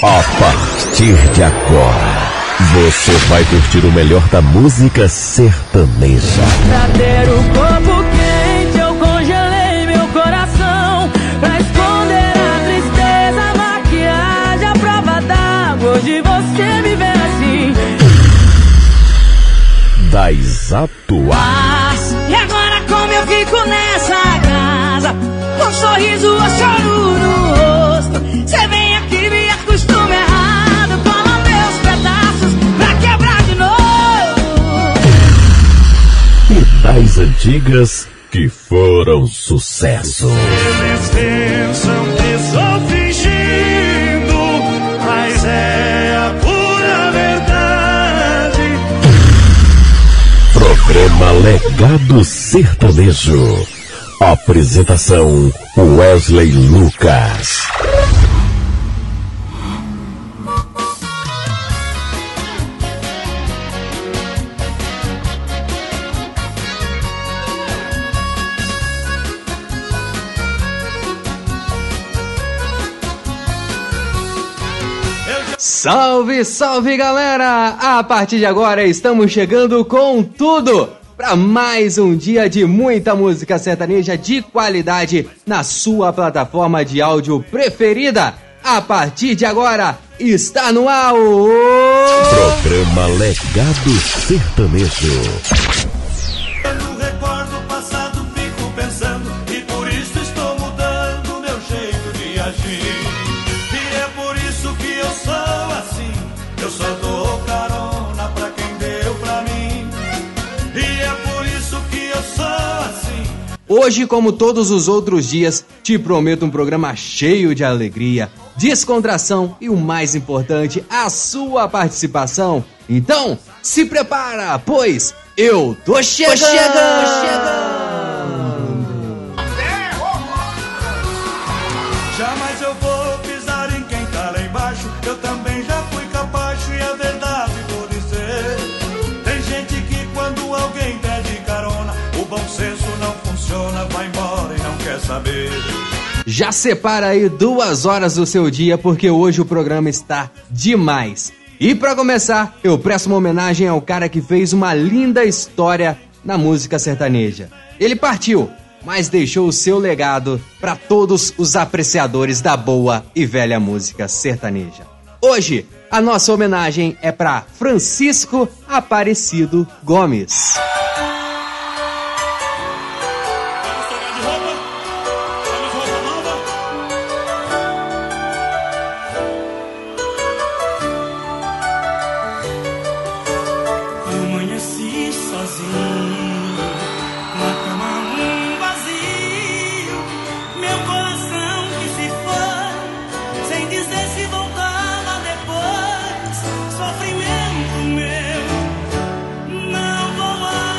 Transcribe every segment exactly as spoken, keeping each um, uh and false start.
A partir de agora, você vai curtir o melhor da música sertaneja. Pra ter o corpo quente, eu congelei meu coração. Pra esconder a tristeza, a maquiagem, a prova d'água. Hoje você me vê assim. Das atuais. E agora como eu fico nessa casa, com um sorriso ou choro no rosto. Cê vem aqui, me acostuma errado, cola meus pedaços pra quebrar de novo. E das antigas que foram sucesso. Eles pensam que estou fingindo, mas é a pura verdade. Programa Legado Sertanejo. Apresentação Wesley Lucas. Salve, salve galera! A partir de agora estamos chegando com tudo para mais um dia de muita música sertaneja de qualidade na sua plataforma de áudio preferida. A partir de agora está no ar o Programa Legado Sertanejo. Quando recordo o passado fico pensando, e por isso estou mudando meu jeito de agir. E é por isso que eu sou assim, eu só dou carona pra quem deu pra mim. E é por isso que eu sou assim. Hoje, como todos os outros dias, te prometo um programa cheio de alegria, descontração e o mais importante, a sua participação. Então, se prepara, pois eu tô chegando! Tô chegando! Jamais eu vou pisar em quem tá lá embaixo. Eu também já fui capacho e a verdade vou dizer. Tem gente que quando alguém pede carona, o bom senso não funciona, vai embora e não quer saber. Já separa aí duas horas do seu dia, porque hoje o programa está demais. E para começar, eu presto uma homenagem ao cara que fez uma linda história na música sertaneja. Ele partiu, mas deixou o seu legado para todos os apreciadores da boa e velha música sertaneja. Hoje, a nossa homenagem é para Francisco Aparecido Gomes. Amanheci sozinho, na cama um vazio, meu coração que se foi, sem dizer se voltava depois, sofrimento meu, não vou mais.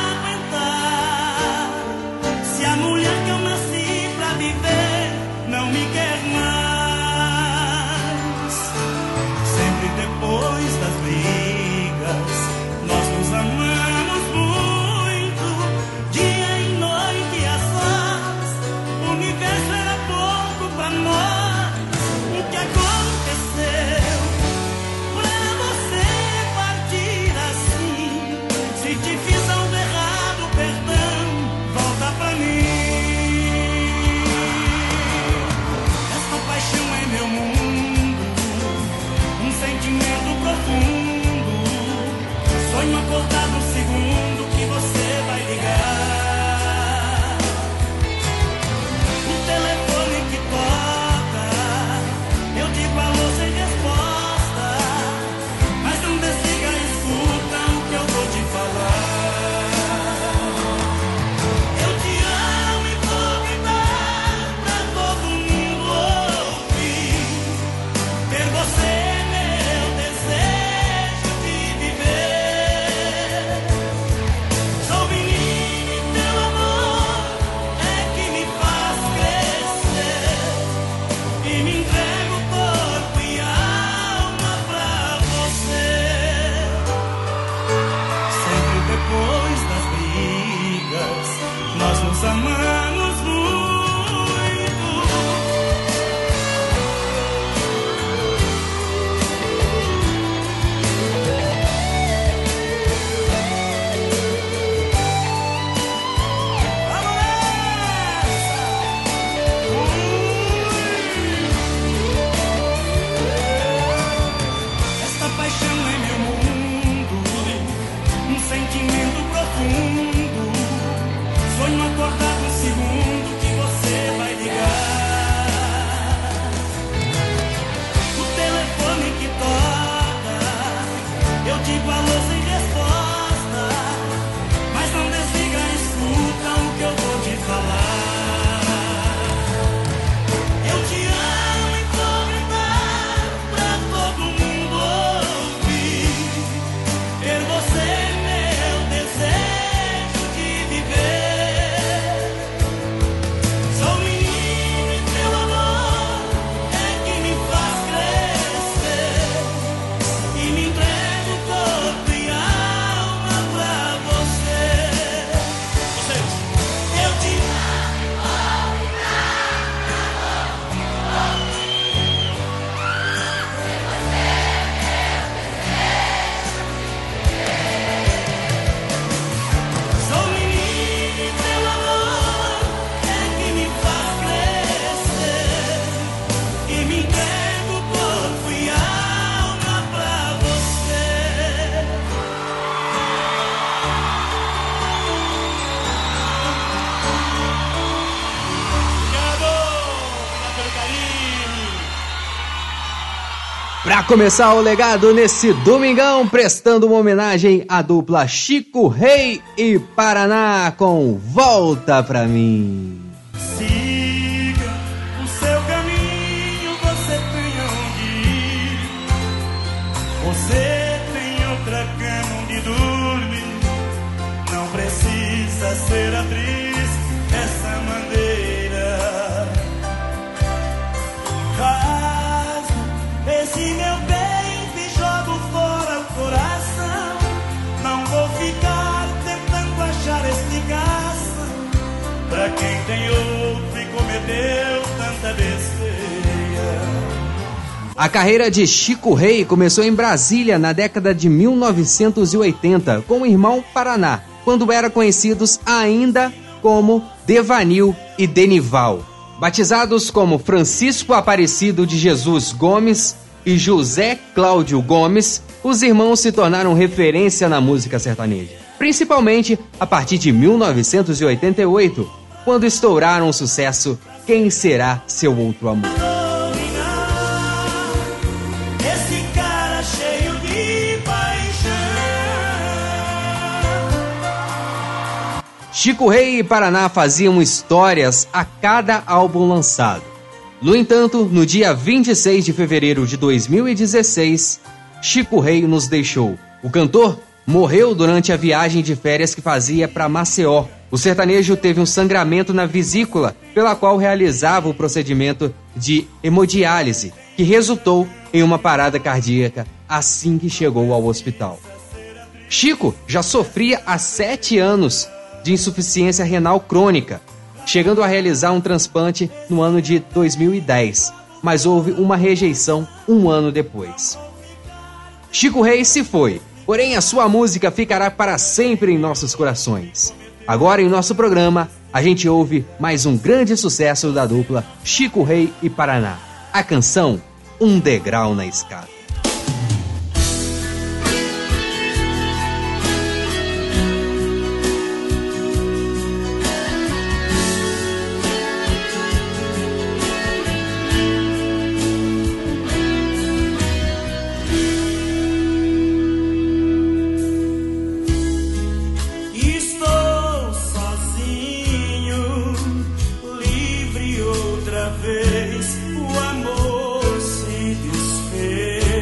Pra começar o legado nesse domingão, prestando uma homenagem à dupla Chico Rei e Paraná com Volta Pra Mim. Siga o seu caminho, você tem onde ir. Você tem outra cama onde dormir. Não precisa ser atriz dessa maneira. Rasgo esse meu bem e jogo fora o coração. Não vou ficar tentando achar explicação pra quem tem outro e cometeu tanta besteira. A carreira de Chico Rei começou em Brasília na década de mil novecentos e oitenta com o irmão Paraná, quando eram conhecidos ainda como Devanil e Denival. Batizados como Francisco Aparecido de Jesus Gomes e José Cláudio Gomes, os irmãos se tornaram referência na música sertaneja, principalmente a partir de mil novecentos e oitenta e oito, quando estouraram o sucesso Quem Será Seu Outro Amor. Esse cara cheio de paixão. Chico Rei e Paraná faziam histórias a cada álbum lançado. No entanto, no dia vinte e seis de fevereiro de dois mil e dezesseis, Chico Rei nos deixou. O cantor morreu durante a viagem de férias que fazia para Maceió. O sertanejo teve um sangramento na vesícula, pela qual realizava o procedimento de hemodiálise, que resultou em uma parada cardíaca assim que chegou ao hospital. Chico já sofria há sete anos de insuficiência renal crônica, chegando a realizar um transplante no ano de dois mil e dez, mas houve uma rejeição um ano depois. Chico Rei se foi, porém a sua música ficará para sempre em nossos corações. Agora em nosso programa, a gente ouve mais um grande sucesso da dupla Chico Rei e Paraná. A canção Um Degrau na Escada. Outra vez o amor se desfez.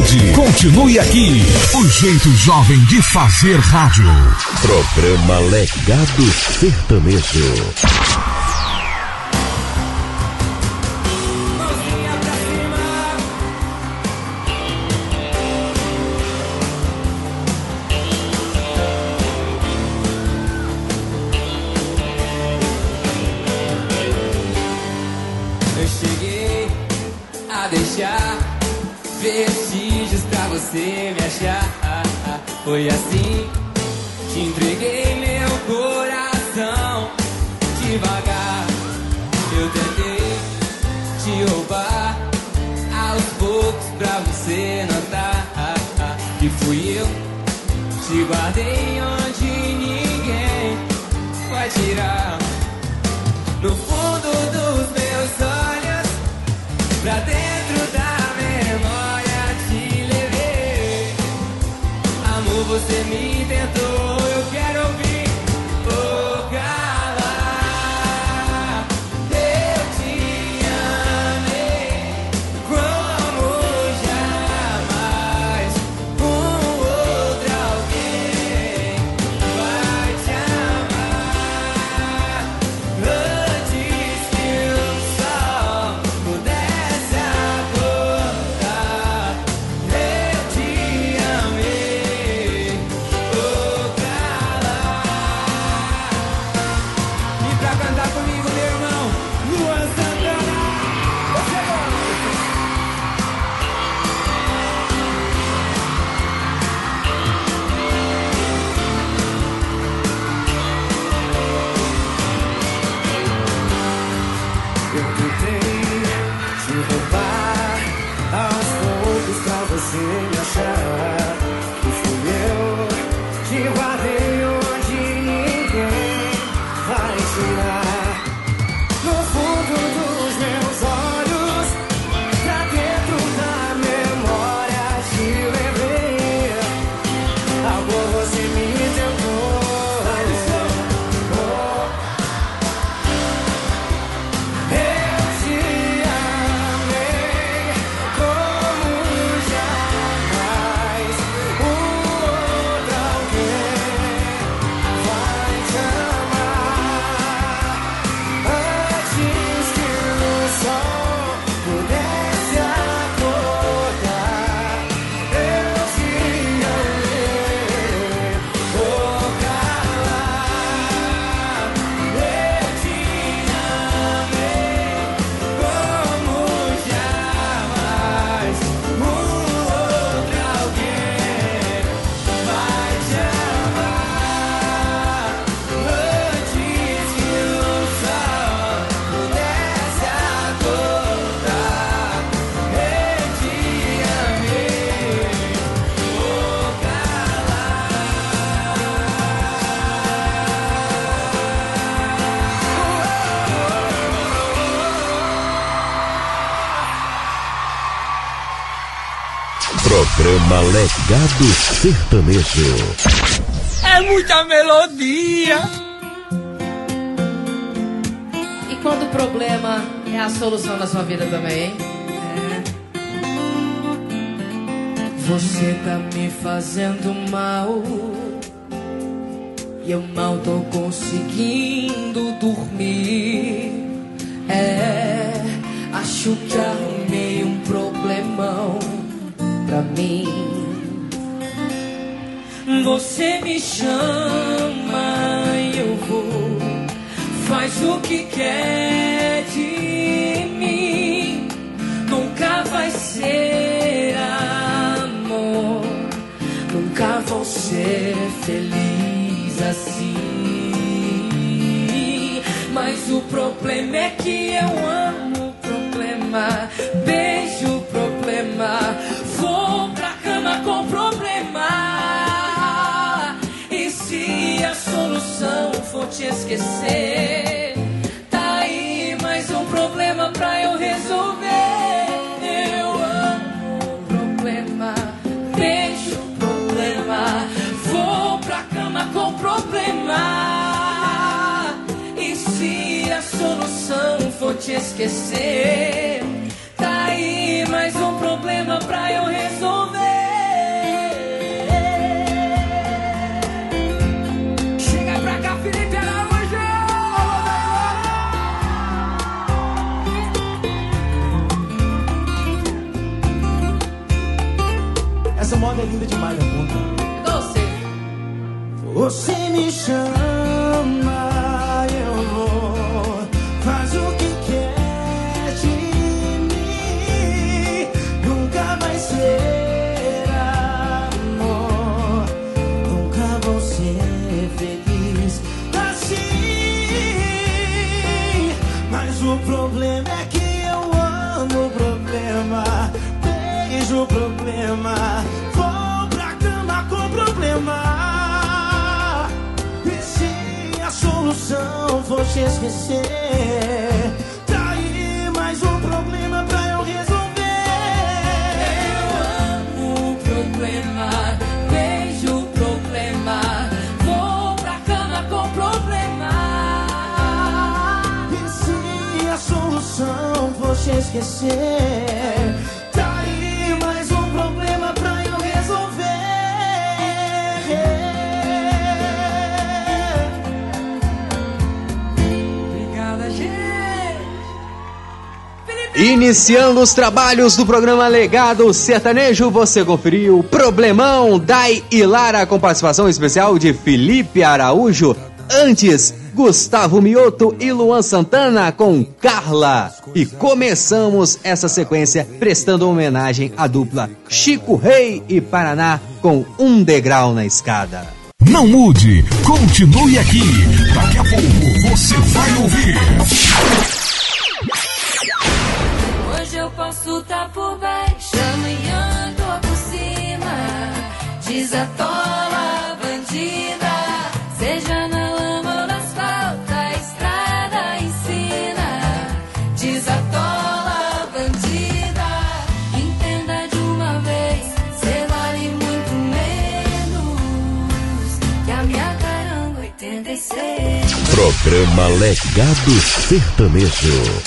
tarde. Continue aqui. O jeito jovem de fazer rádio. Programa Legado Sertanejo. Deixar vestígios pra você me achar. Foi assim, te entreguei meu coração. Devagar, eu tentei te roubar aos poucos pra você notar que fui eu. Te guardei onde ninguém vai tirar. No fundo dos meus olhos, pra dentro da memória te levei. Amor, você me tentou, eu quero ouvir o calar. Eu te amei como jamais um outro alguém vai te amar. Antes que o sol pudesse acordar, eu te amei por calar. E pra cantar comigo, meu irmão, Luan Santana. Eu tentei te roubar aos poucos pra você me achar. Que fui eu, te guardei onde ninguém vai tirar. No fundo dos meus olhos, pra dentro da memória te levei. Amor, você me tentou. Eu te amei como jamais um outro alguém vai te amar. Antes que o sol pudesse acordar, eu te amei por calar. Eu te amei como jamais um outro alguém vai te amar. Antes que o sol pudesse acordar, eu te amei por Programa Legado Sertanejo. É muita melodia. E quando o problema é a solução na sua vida também, hein? Você tá me fazendo mal e eu mal tô conseguindo dormir. É, acho que arrumei um problemão pra mim. Você me chama e eu vou, faz o que quer de mim. Nunca vai ser amor, nunca vou ser feliz assim. Mas o problema é que eu amo o problema, beijo o problema, vou pra cama com problema. E se a solução for te esquecer, tá aí mais um problema pra eu resolver. Eu amo o problema, beijo o problema, vou pra cama com problema. E se a solução for te esquecer, tá aí mais um problema pra eu resolver. Você me chama, eu vou. Faz o que quer de mim. Nunca vai ser amor. Nunca vou ser feliz assim. Mas o problema é que eu amo o problema. Beijo o problema. Vou pra cama com o problema. Solução, vou te esquecer. Tá aí mais um problema pra eu resolver. Eu amo o problema, beijo o problema, vou pra cama com o problema. E se a solução, vou te esquecer. Tá aí mais um problema pra eu resolver. Iniciando os trabalhos do programa Legado Sertanejo, você conferiu Problemão, Dai e Lara, com participação especial de Felipe Araújo. Antes, Gustavo Mioto e Luan Santana com Carla. E começamos essa sequência prestando homenagem à dupla Chico Rei e Paraná com Um Degrau na Escada. Não mude, continue aqui. Daqui a pouco você vai ouvir. Hoje eu posso tá por baixo, amanhã tô por cima. Desatola, bandida, seja na lama ou na asfalto, a estrada ensina. Desatola, bandida, entenda de uma vez, cê vale muito menos que a minha caranga oitenta e seis. Programa Legado Sertanejo.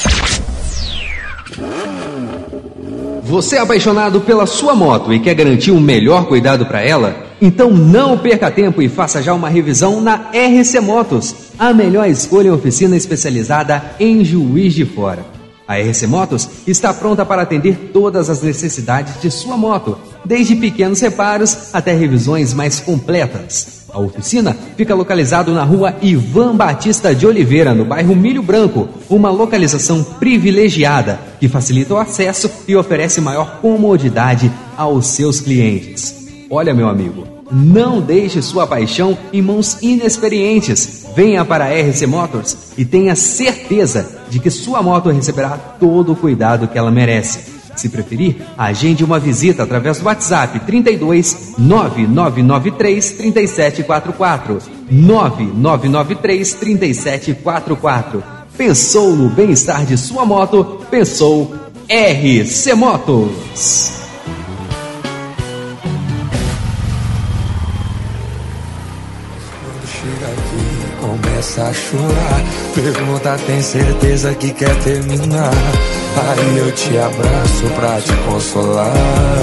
Você é apaixonado pela sua moto e quer garantir um melhor cuidado para ela? Então não perca tempo e faça já uma revisão na R C Motos, a melhor escolha em oficina especializada em Juiz de Fora. A R C Motos está pronta para atender todas as necessidades de sua moto, desde pequenos reparos até revisões mais completas. A oficina fica localizada na rua Ivan Batista de Oliveira, no bairro Milho Branco, uma localização privilegiada que facilita o acesso e oferece maior comodidade aos seus clientes. Olha, meu amigo, não deixe sua paixão em mãos inexperientes. Venha para a R C Motors e tenha certeza de que sua moto receberá todo o cuidado que ela merece. Se preferir, agende uma visita através do WhatsApp trinta e dois, nove nove nove três, trinta e sete quarenta e quatro, nove nove nove três, trinta e sete quarenta e quatro. Pensou no bem-estar de sua moto? Pensou R C Motos. Chega aqui, começa a chorar. Pergunta, tem certeza que quer terminar? Aí eu te abraço pra te consolar.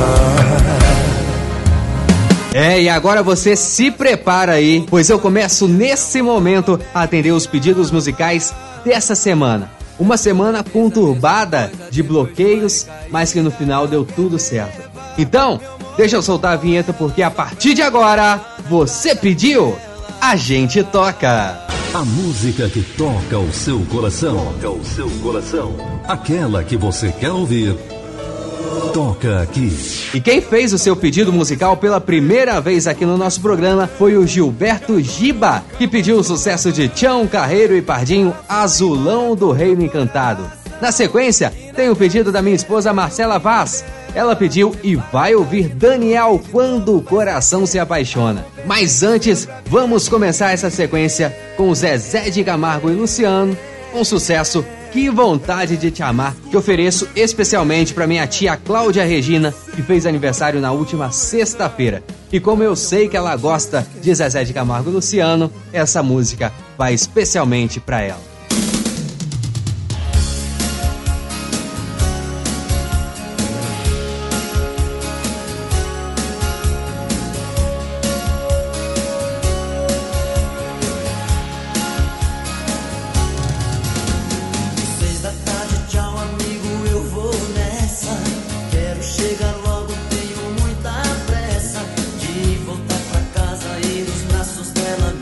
É, e agora você se prepara aí, pois eu começo nesse momento a atender os pedidos musicais dessa semana. Uma semana conturbada de bloqueios, mas que no final deu tudo certo. Então, deixa eu soltar a vinheta, porque a partir de agora, você pediu, a gente toca. A música que toca o seu coração. Toca o seu coração. Aquela que você quer ouvir. Toca aqui. E quem fez o seu pedido musical pela primeira vez aqui no nosso programa foi o Gilberto Giba, que pediu o sucesso de Tião Carreiro e Pardinho, Azulão do Reino Encantado. Na sequência, tem o pedido da minha esposa Marcela Vaz. Ela pediu e vai ouvir Daniel, Quando o Coração se Apaixona. Mas antes, vamos começar essa sequência com Zezé de Camargo e Luciano, com sucesso Que Vontade de Te Amar, que ofereço especialmente para minha tia Cláudia Regina, que fez aniversário na última sexta-feira. E como eu sei que ela gosta de Zezé de Camargo e Luciano, essa música vai especialmente para ela. Chegar logo, tenho muita pressa de voltar pra casa e nos braços dela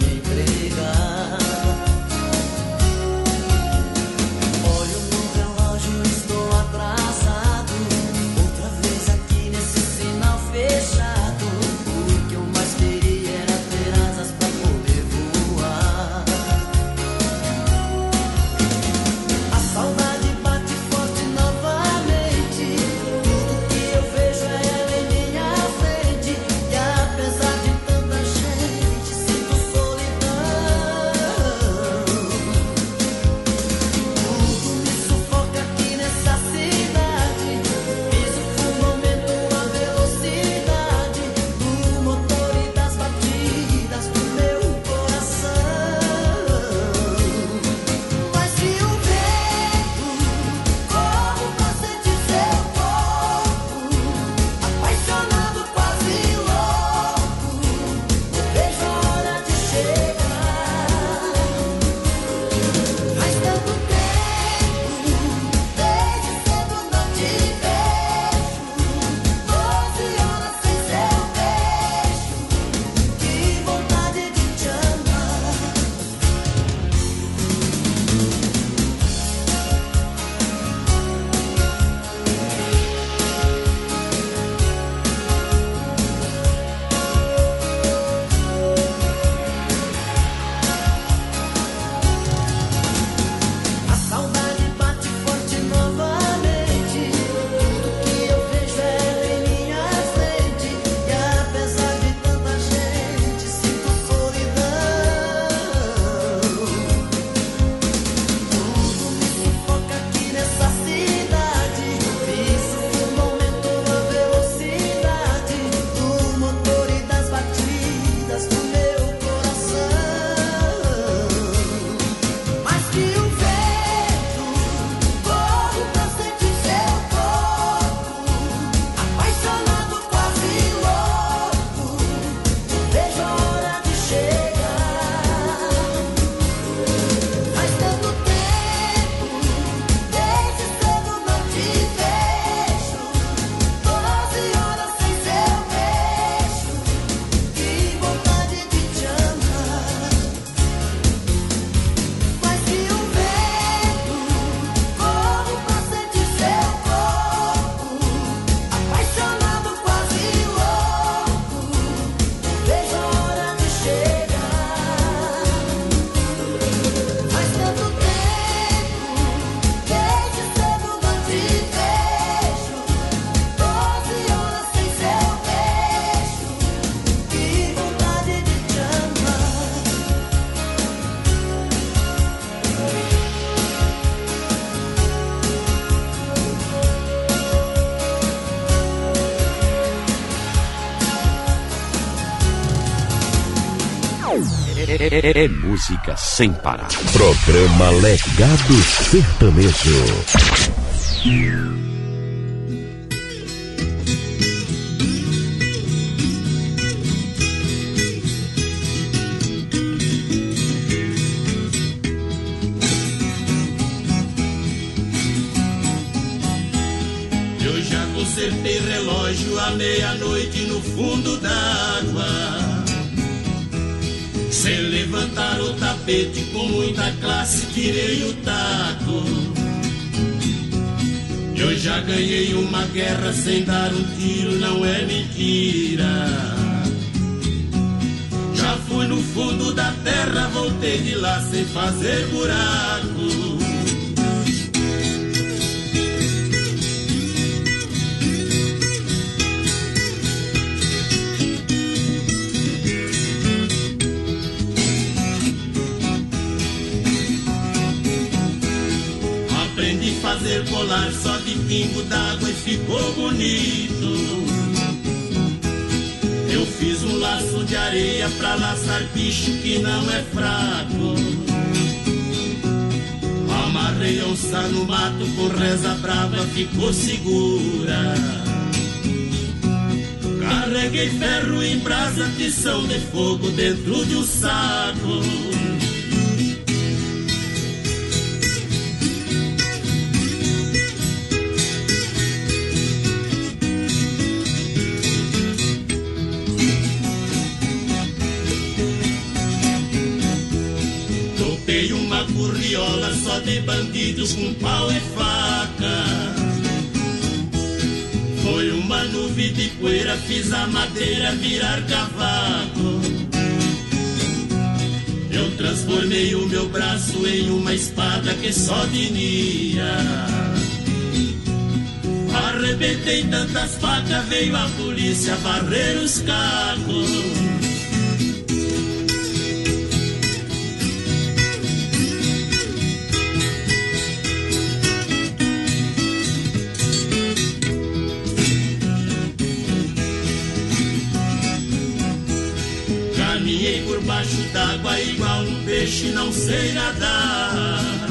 É, é, é música sem parar. Programa Legado Sertanejo. Eu já consertei relógio à meia-noite no fundo d'água. Sem levantar o tapete, com muita classe tirei o taco. Eu já ganhei uma guerra sem dar um tiro, não é mentira. Já fui no fundo da terra, voltei de lá sem fazer buraco. Fazer colar só de pingo d'água e ficou bonito. Eu fiz um laço de areia pra laçar bicho que não é fraco. Amarrei onça no mato com reza brava, ficou segura. Carreguei ferro em brasa, tição de fogo dentro de um saco. Curriola só de bandidos com pau e faca. Foi uma nuvem de poeira, fiz a madeira virar cavaco. Eu transformei o meu braço em uma espada que só tinha. Arrebentei tantas facas, veio a polícia varrer os cacos. Caminhei por baixo d'água igual um peixe, não sei nadar.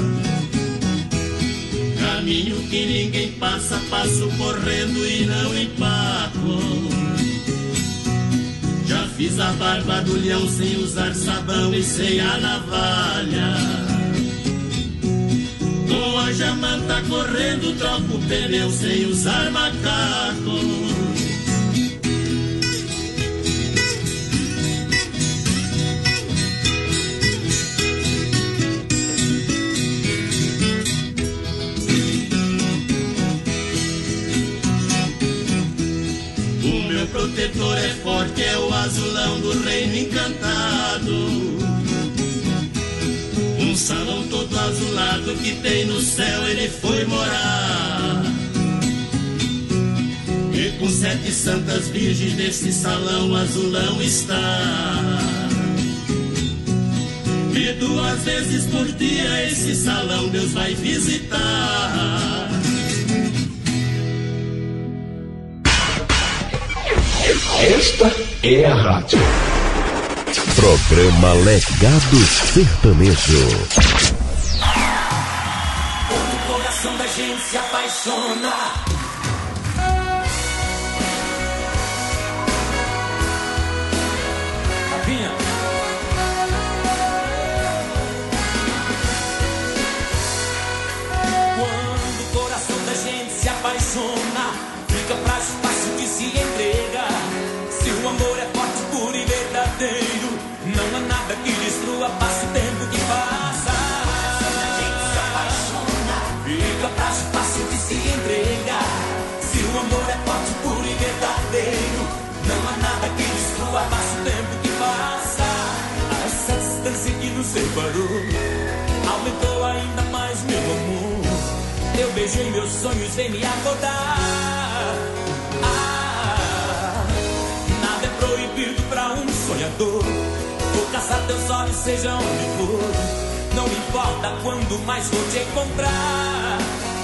Caminho que ninguém passa, passo correndo e não empaco. Já fiz a barba do leão sem usar sabão e sem a navalha. Com a jamanta correndo, troco o pneu sem usar macaco. O protetor é forte, é o azulão do reino encantado. Um salão todo azulado que tem no céu, ele foi morar. E com sete santas virgens nesse salão azulão está. E duas vezes por dia esse salão Deus vai visitar. Esta é a rádio. Programa Legado Sertanejo. O coração da gente se apaixona. Rapinha. Quando o coração da gente se apaixona, fica pra espaço que se entrega. Se o amor é forte, puro e verdadeiro, não há nada que destrua, passa o tempo que passa. A gente se apaixona, fica pra espaço que se entrega. Se o amor é forte, puro e verdadeiro, não há nada que destrua, passa o tempo que passa. Essa distância que nos separou aumentou ainda mais meu amor. Eu beijei meus sonhos, vem me acordar. Proibido pra um sonhador. Vou caçar teus olhos, seja onde for. Não importa quando mais vou te encontrar.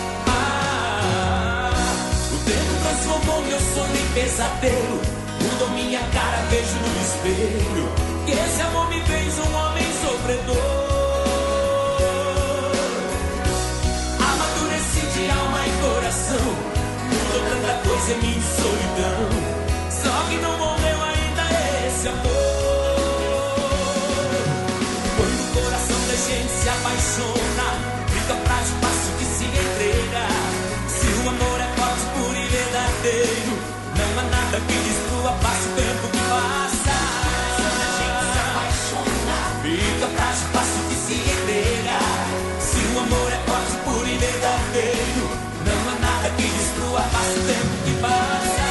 Ah, o tempo transformou meu sonho em pesadelo. Mudou minha cara, vejo no espelho que esse amor me fez um homem sofredor. Amadureci de alma e coração, mudou tanta coisa em minha solidão. Só que não morreu ainda esse amor. Quando o coração da gente se apaixona, fica frágil, fácil que se entrega. Se o amor é forte, puro e verdadeiro, não há nada que destrua, passa o tempo que passa. Quando a gente se apaixona, fica frágil, fácil que se entrega. Se o amor é forte, puro e verdadeiro, não há nada que destrua, passa o tempo que passa.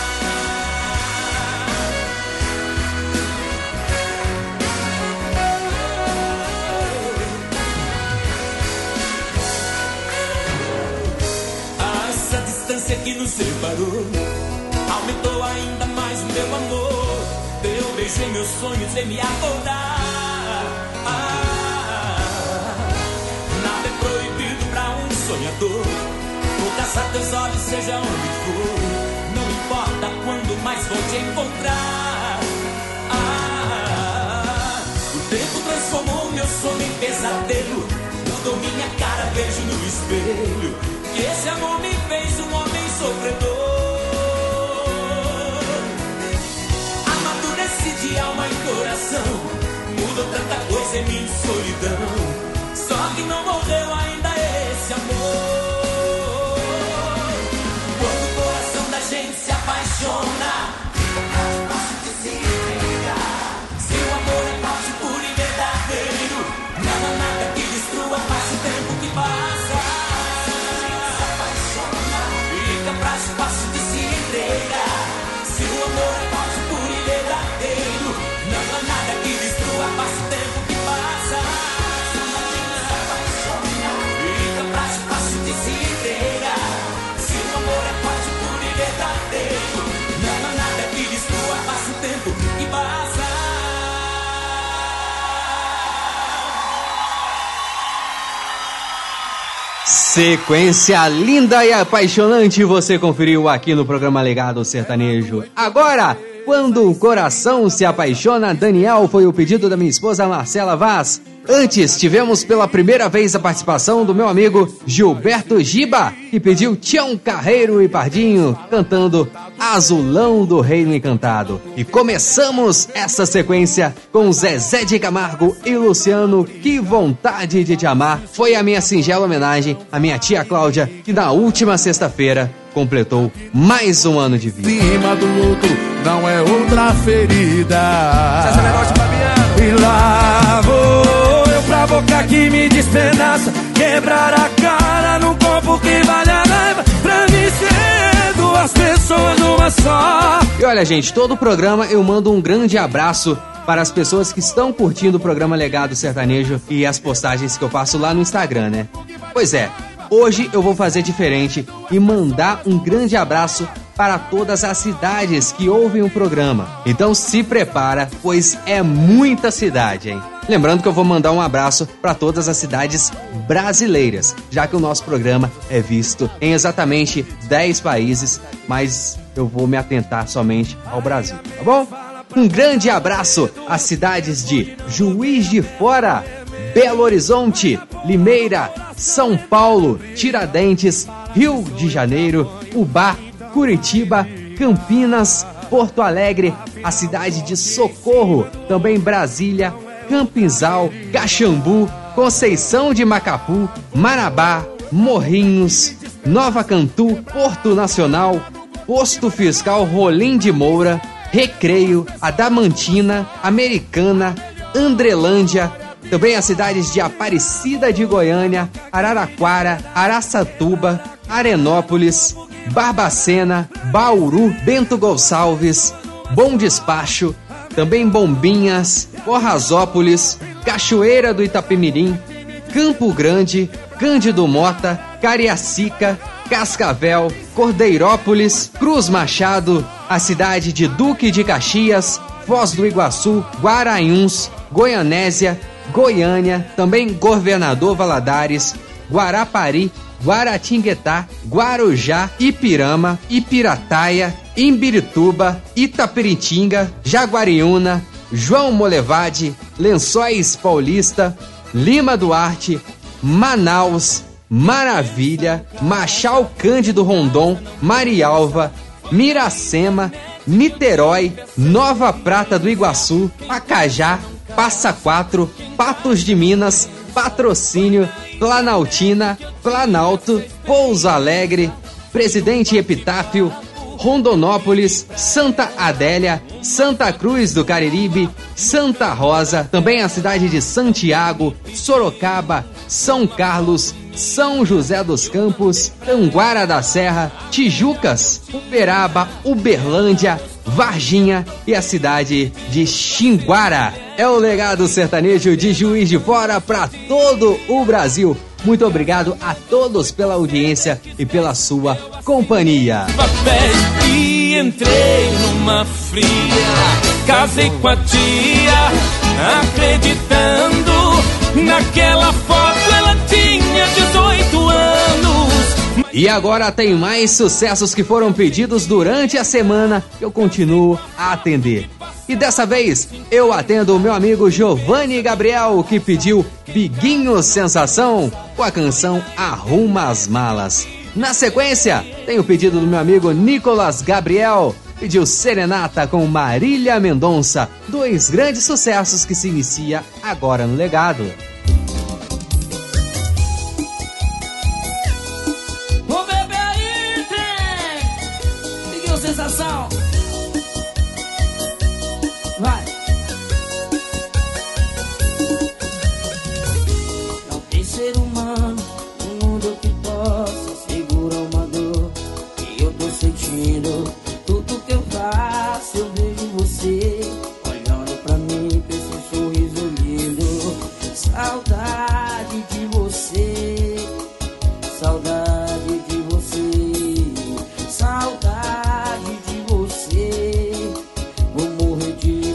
Essa distância que nos separou aumentou ainda mais o meu amor. Deu beijo em meus sonhos e me acordar. Ah, nada é proibido pra um sonhador. Vou caçar teus olhos, seja onde for. Não importa quando mais vou te encontrar. Ah, o tempo transformou meu sonho em pesadelo. Mudou minha cara, vejo no espelho que esse amor me fez um homem sofredor. Amadureci de alma e coração, mudou tanta coisa em minha solidão. Só que não morreu ainda esse amor. Quando o coração da gente se apaixona, fica mais fácil de se entregar. Se o amor é forte, puro e verdadeiro, não há nada que destrua, passa o tempo que passa. Frágil, fácil de se entrega. Se o amor é forte, puro e verdadeiro, não há nada que destrua, passa o tempo que passa. Fica frágil, fácil de se entrega. Se o amor é forte, puro e verdadeiro, não há nada que destrua, passa o tempo que passa. Sequência linda e apaixonante você conferiu aqui no programa Legado Sertanejo. Agora, quando o coração se apaixona, Daniel, foi o pedido da minha esposa Marcela Vaz. Antes, tivemos pela primeira vez a participação do meu amigo Gilberto Giba, que pediu Tião Carreiro e Pardinho, cantando Azulão do Reino Encantado. E começamos essa sequência com Zezé de Camargo e Luciano, Que Vontade de Te Amar. Foi a minha singela homenagem à minha tia Cláudia, que na última sexta-feira completou mais um ano de vida. Cima do outro não é outra ferida. E lá vou eu pra boca que me despedaça, quebrar a cara num corpo que vale a raiva, pra mim ser duas pessoas numa só. E olha, gente, todo o programa eu mando um grande abraço para as pessoas que estão curtindo o programa Legado Sertanejo e as postagens que eu faço lá no Instagram, né? Pois é, hoje eu vou fazer diferente e mandar um grande abraço para todas as cidades que ouvem o programa. Então se prepara, pois é muita cidade, hein? Lembrando que eu vou mandar um abraço para todas as cidades brasileiras, já que o nosso programa é visto em exatamente dez países, mas eu vou me atentar somente ao Brasil, tá bom? Um grande abraço às cidades de Juiz de Fora, Belo Horizonte, Limeira, São Paulo, Tiradentes, Rio de Janeiro, Ubá, Curitiba, Campinas, Porto Alegre, a cidade de Socorro, também Brasília, Campinzal, Caxambu, Conceição de Macapu, Marabá, Morrinhos, Nova Cantu, Porto Nacional, Posto Fiscal Rolim de Moura, Recreio, Adamantina, Americana, Andrelândia, também as cidades de Aparecida de Goiânia, Araraquara, Araçatuba, Arenópolis, Barbacena, Bauru, Bento Gonçalves, Bom Despacho, também Bombinhas, Porrazópolis, Cachoeira do Itapemirim, Campo Grande, Cândido Mota, Cariacica, Cascavel, Cordeirópolis, Cruz Machado, a cidade de Duque de Caxias, Foz do Iguaçu, Guaranhuns, Goianésia, Goiânia, também Governador Valadares, Guarapari, Guaratinguetá, Guarujá, Ipirama, Ipirataia, Imbirituba, Itaperitinga, Jaguariúna, João Molevade, Lençóis Paulista, Lima Duarte, Manaus, Maravilha, Machal Cândido Rondon, Marialva, Miracema, Niterói, Nova Prata do Iguaçu, Pacajá, Passa Quatro, Patos de Minas, Patrocínio, Planaltina, Planalto, Pouso Alegre, Presidente Epitáfio, Rondonópolis, Santa Adélia, Santa Cruz do Cariribe, Santa Rosa, também a cidade de Santiago, Sorocaba, São Carlos, São José dos Campos, Tanguara da Serra, Tijucas, Uberaba, Uberlândia, Varginha e a cidade de Xinguara. É o legado sertanejo de Juiz de Fora para todo o Brasil. Muito obrigado a todos pela audiência e pela sua companhia. E entrei numa fria, casei com a tia, acreditando naquela foto, ela tinha dezoito anos. E agora tem mais sucessos que foram pedidos durante a semana que eu continuo a atender. E dessa vez eu atendo o meu amigo Giovanni Gabriel, que pediu Biguinho Sensação com a canção Arruma as Malas. Na sequência, tem o pedido do meu amigo Nicolas Gabriel, pediu Serenata com Marília Mendonça, dois grandes sucessos que se inicia agora no legado. Ô bebê aí, tem Biguinho Sensação. Vai. Não tem ser humano no mundo que possa segurar uma dor que eu tô sentindo. Tudo que eu faço eu vejo você olhando pra mim com esse sorriso lindo. Saudade de você, saudade de você, saudade de você. Vou morrer de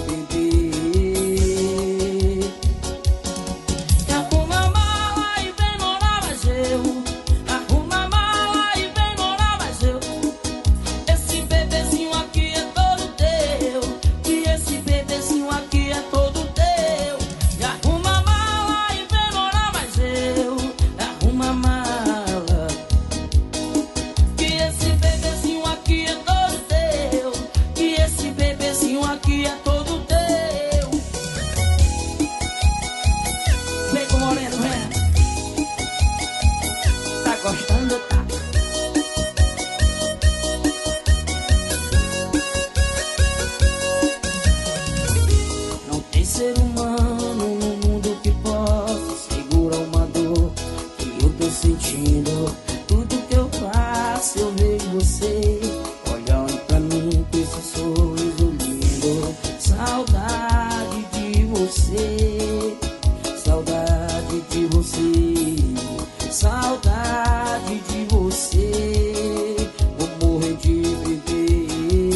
beber. Arruma a mala e vem morar mais eu. Arruma a mala e vem morar mais eu. Esse bebezinho aqui é todo teu. E esse bebezinho aqui é todo teu. E arruma a mala e vem morar mais eu. Arruma a mala. Que esse bebezinho aqui é todo teu. Que esse bebezinho aqui é todo teu. Vem com o moreno, vem. Tá gostando, tá? Não tem ser humano no mundo que possa segurar uma dor que eu tô sentindo. Tudo que eu faço eu vejo você olhando pra mim com esse sorriso lindo. Saudade de você, saudade de você, saudade de você. Vou morrer de beber.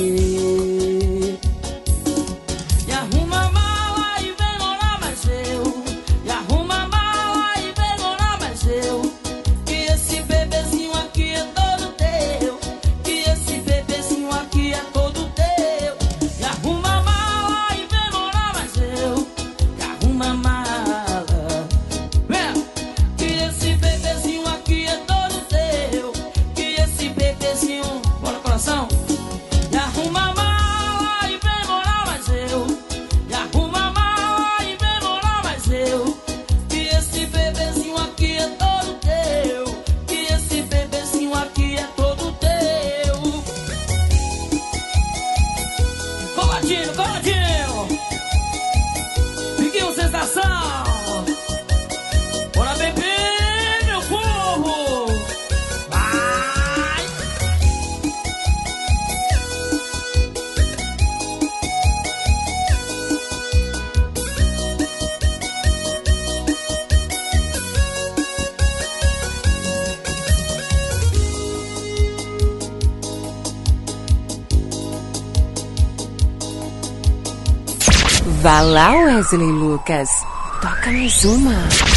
E arruma a mala e vem morar mais eu. E arruma a mala e vem morar mais eu. Que esse bebezinho aqui é todo teu. Que esse bebezinho aqui é todo teu. E arruma a mala e vem morar mais eu. E arruma a mala. Vem. Que esse bebezinho aqui é todo teu. Que esse bebezinho. Bora, coração. E arruma a mala e vem morar mais eu. E arruma a mala e vem morar mais eu. Que esse bebezinho aqui é todo teu. Que esse bebezinho aqui é todo teu. Coladinho, coladinho. Biguinho Sensação. Bora beber, meu povo. Vai. Vá lá, Wesley Lucas. Toca mais uma.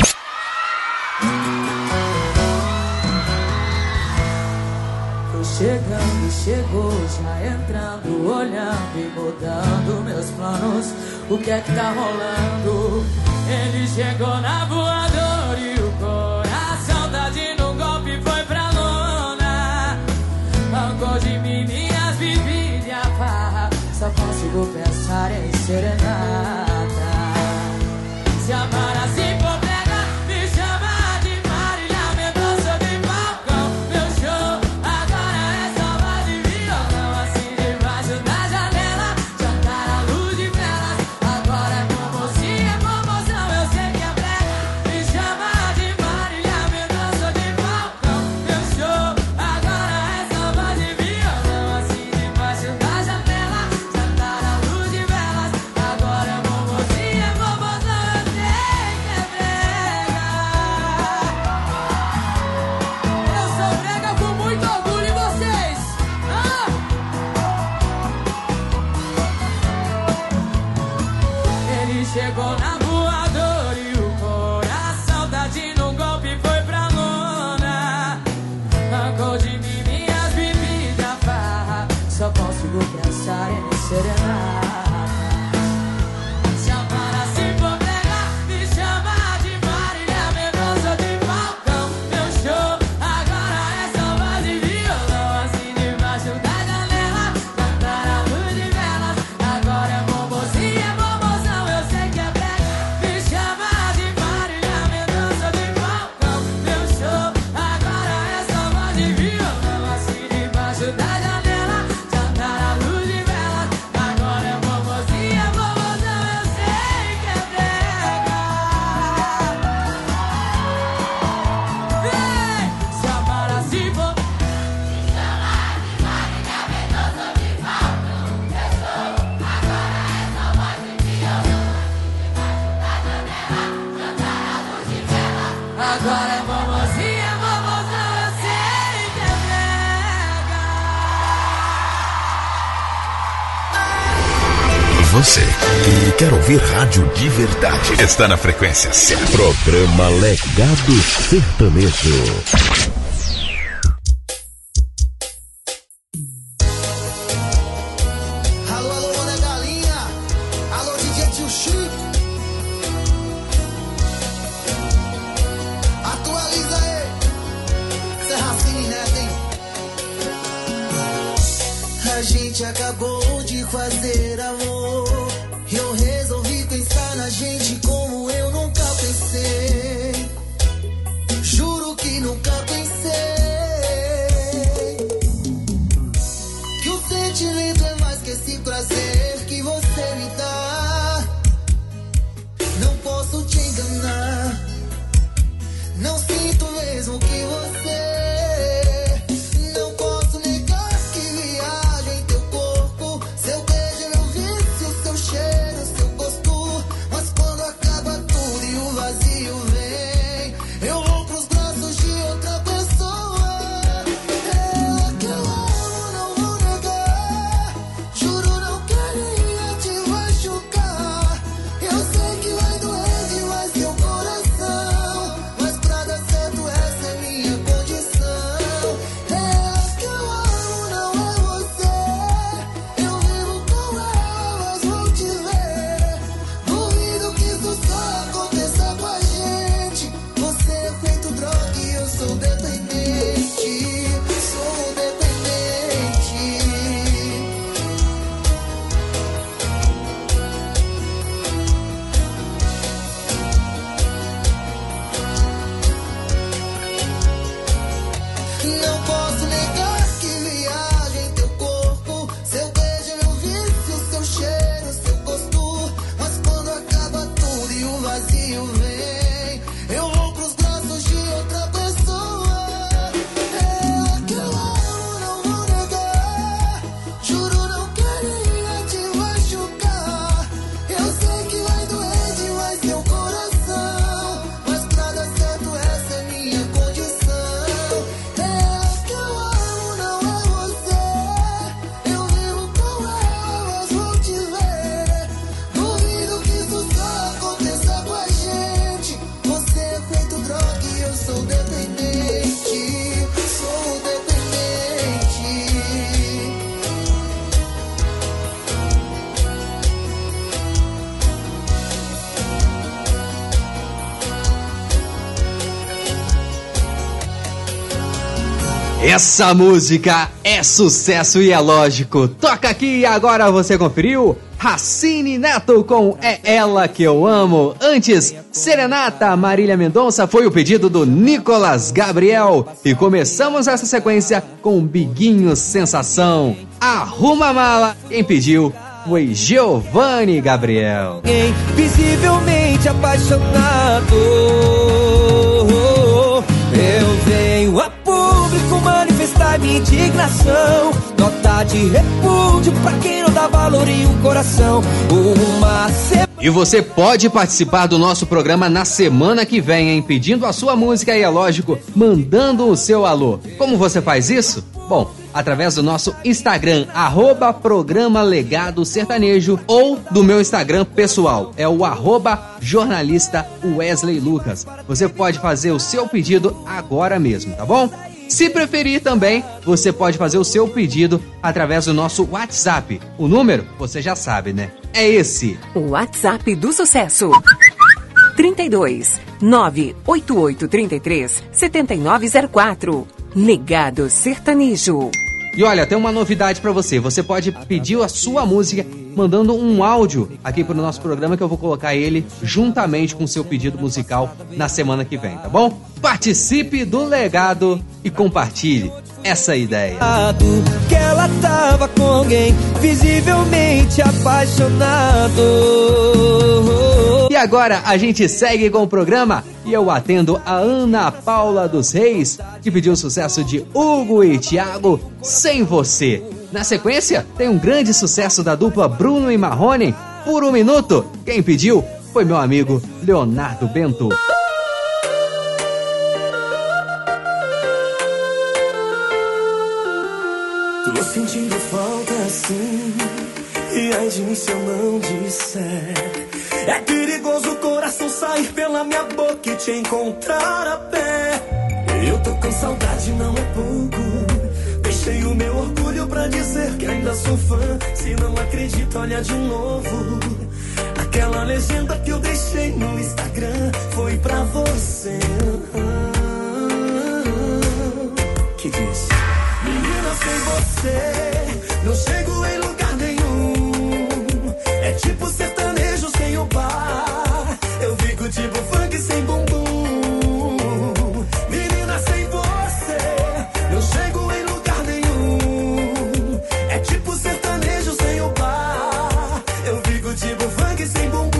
Tô chegando, chegou, já entrando, olhando e mudando meus planos. o que é que tá rolando? Ele chegou na voadora e o coração tá de no golpe foi pra lona. Arrancou de mim minhas bebidas e a farra, só consigo pensar em serenata. Se amar assim for brega, me chama de Marília Mendonça de balcão. Meu show agora é só voz de violão, assim debaixo da janela, jantar a luz de velas. Agora é promoção, é promoção, eu sei que é brega. Me chama de Marília Mendonça de balcão. Meu show agora é só voz de violão, assim debaixo da janela, jantar a luz de velas. Agora é promoção, é promoção, eu sei que é brega. Eu sou brega com muito orgulho em vocês. Ah! Ele chegou na voadora e o coração tá de no golpe foi pra lona. Arrancou de mim minhas bebidas, farra, só consigo pensar em serenata. Se amar assim for brega, me chama de Marília Mendonça de balcão. Meu show agora é só voz de violão, assim debaixo da janela, cantar a luz de velas. Agora é bombozinho, é bombozão, eu sei que é brega. Me chama de Marília Mendonça de balcão. Meu show agora é só voz de violão, assim debaixo da janela, cantar a luz de velas. Agora é bombozinho, é bombozão, eu sei que é brega. Vem, se amar assim for. Agora é bombozinho, é bombozão, eu sei que é brega. Você que quer ouvir rádio de verdade está na frequência certa. Programa Legado Sertanejo. Alô, alô, Mané Galinha. Alô, D J Tio Chico. Atualiza aí. Serracini Neto, hein? A gente acabou de fazer amor. Eu resolvi pensar na gente como eu nunca pensei. Juro que nunca pensei que o sentimento é mais que esse prazer que você me dá. Não posso te enganar, não sinto mesmo que você. Não posso negar que viaja em teu corpo. Seu beijo é meu vício Essa música é sucesso e é lógico. Toca aqui e agora você conferiu Racine Neto com É Ela Que Eu Amo. Antes, Serenata, Marília Mendonça, foi o pedido do Nicolas Gabriel. E começamos essa sequência com Biguinho Sensação. Arruma a mala, quem pediu foi Giovanni Gabriel. Visivelmente apaixonado, eu venho a público manifestar minha indignação. Nota de repúdio pra quem não dá valor em um coração. Uma semana. E você pode participar do nosso programa na semana que vem, hein? Pedindo a sua música e, é lógico, mandando o seu alô. Como você faz isso? Bom, através do nosso Instagram, arroba Programa Legado Sertanejo, ou do meu Instagram pessoal, é o arroba jornalista Wesley Lucas. Você pode fazer o seu pedido agora mesmo, tá bom? Se preferir também, você pode fazer o seu pedido através do nosso WhatsApp. O número, você já sabe, né? É esse. O WhatsApp do sucesso. trinta e dois, nove oito oito três três, sete nove zero quatro. Legado Sertanejo. E olha, tem uma novidade pra você. Você pode pedir a sua música mandando um áudio aqui pro nosso programa, que eu vou colocar ele juntamente com o seu pedido musical na semana que vem, tá bom? Participe do Legado e compartilhe essa ideia. Que ela tava com alguém visivelmente apaixonado. E agora a gente segue com o programa e eu atendo a Ana Paula dos Reis, que pediu o sucesso de Hugo e Thiago, Sem Você. Na sequência, tem um grande sucesso da dupla Bruno e Marrone, Por Um Minuto. Quem pediu foi meu amigo Leonardo Bento. Tô sentindo falta assim, e ai de mim se eu não disser. É perigoso o coração sair pela minha boca e te encontrar a pé. Eu tô com saudade, não é pouco. Deixei o meu orgulho pra dizer que ainda sou fã. Se não acredita, olha de novo. Aquela legenda que eu deixei no Instagram foi pra você. Que diz: menina, sem você não chego em lugar nenhum. É tipo sertanejo sem o bar. Eu fico tipo funk sem bumbum. Menina, sem você não chego em lugar nenhum. É tipo sertanejo sem o bar. Eu fico tipo funk sem bumbum.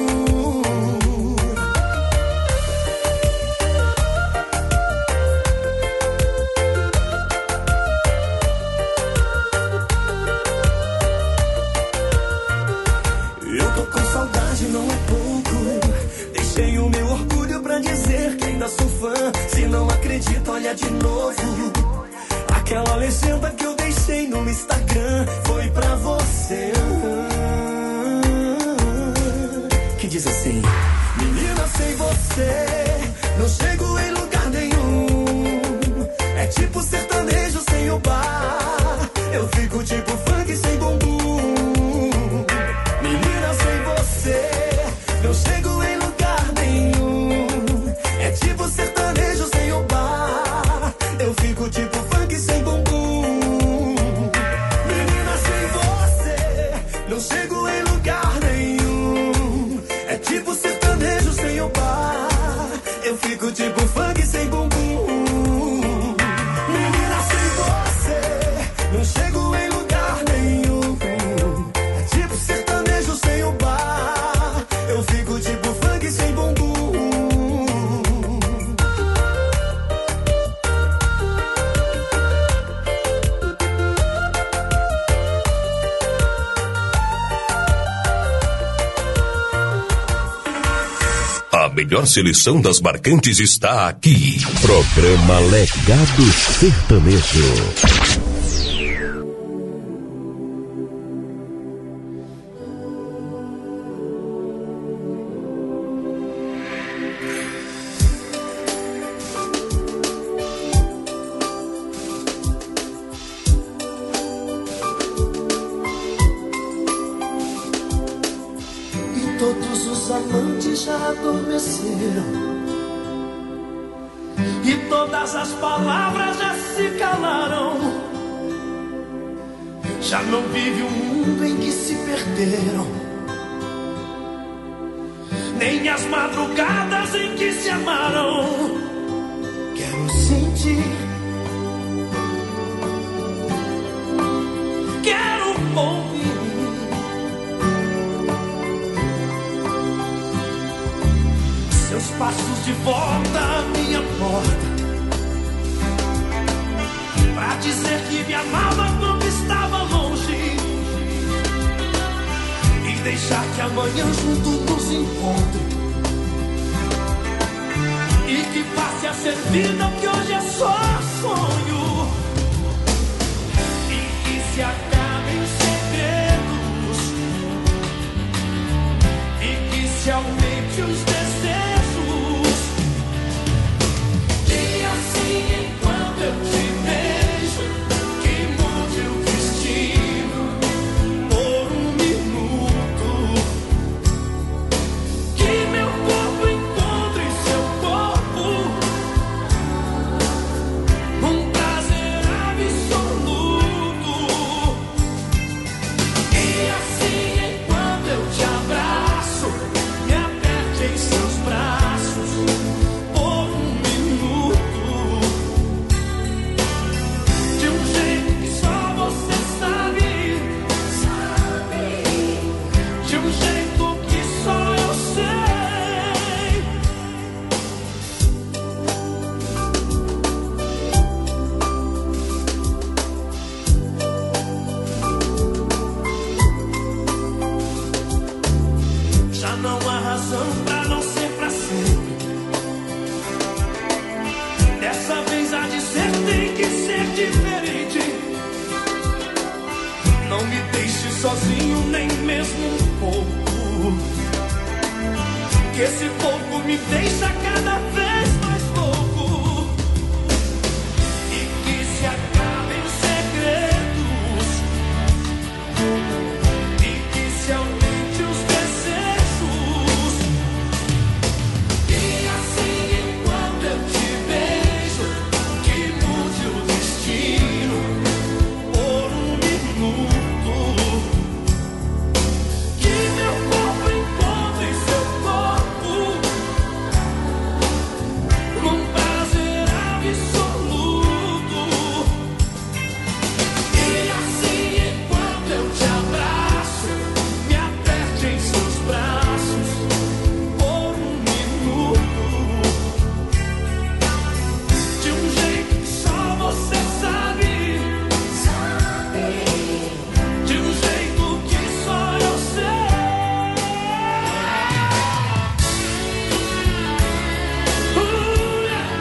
Eu tô com saudade, não é pouco. Deixei o meu orgulho pra dizer que ainda sou fã. Se não acredita, olha de novo. Aquela legenda que eu deixei no Instagram foi pra você. Que diz assim: menina, sem você não chego em lugar nenhum. É tipo sertanejo sem o bar. Eu fico tipo funk sem bumbum. Menina, sem você não chego em lugar nenhum. É tipo sertanejo sem o bar. Eu fico tipo funk sem bumbum. Menina, sem você não chego em lugar nenhum. É tipo sertanejo sem o bar. Eu fico tipo funk sem bumbum. Menina, sem você não chego em lugar nenhum. É tipo sertanejo sem o bar. Eu fico tipo funk sem bumbum. A melhor seleção das marcantes está aqui. Programa Legado Sertanejo. Todos os amantes já adormeceram e todas as palavras já se calaram. Já não vive um mundo em que se perderam, nem as madrugadas em que se amaram. Quero sentir, quero ouvir seus passos de volta à minha porta, pra dizer que me amava quando estava longe, e deixar que amanhã juntos nos encontre, e que passe a ser vida o que hoje é só sonho, e que se acabem os segredos, e que se aumente os desejos, e assim enquanto eu te vejo, que mude o destino por um minuto, que meu corpo encontre seu corpo, um prazer absoluto, e assim enquanto eu te abraço, me aperte em seus braços por um minuto, de um jeito que só você sabe, sabe, de um jeito que só eu sei. Já não há razão pra não ser pra sempre. Dessa vez há de ser, tem que ser diferente. Não me deixe sozinho nem mesmo um pouco, que esse pouco me deixa cada vez mais louco, e que se acabem os segredos, e que se aumente os desejos, e assim enquanto eu te vejo, que mude o destino por um minuto, que meu corpo encontre seu corpo, num prazer absoluto, e assim enquanto eu te abraço, me aperte em seus braços por um minuto, de um jeito que só você sabe, sabe, de um jeito que só eu sei. Uh, yeah.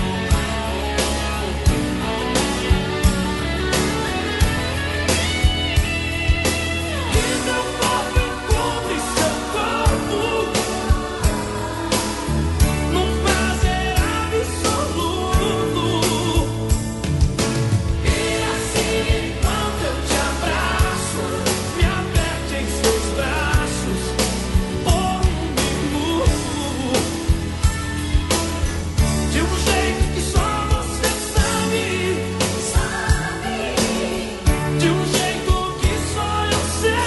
Que meu corpo encontre seu corpo, num prazer absoluto, e assim enquanto eu te abraço, me aperte em seus braços por um minuto, de um jeito que só você sabe, sabe, de um jeito que só eu sei.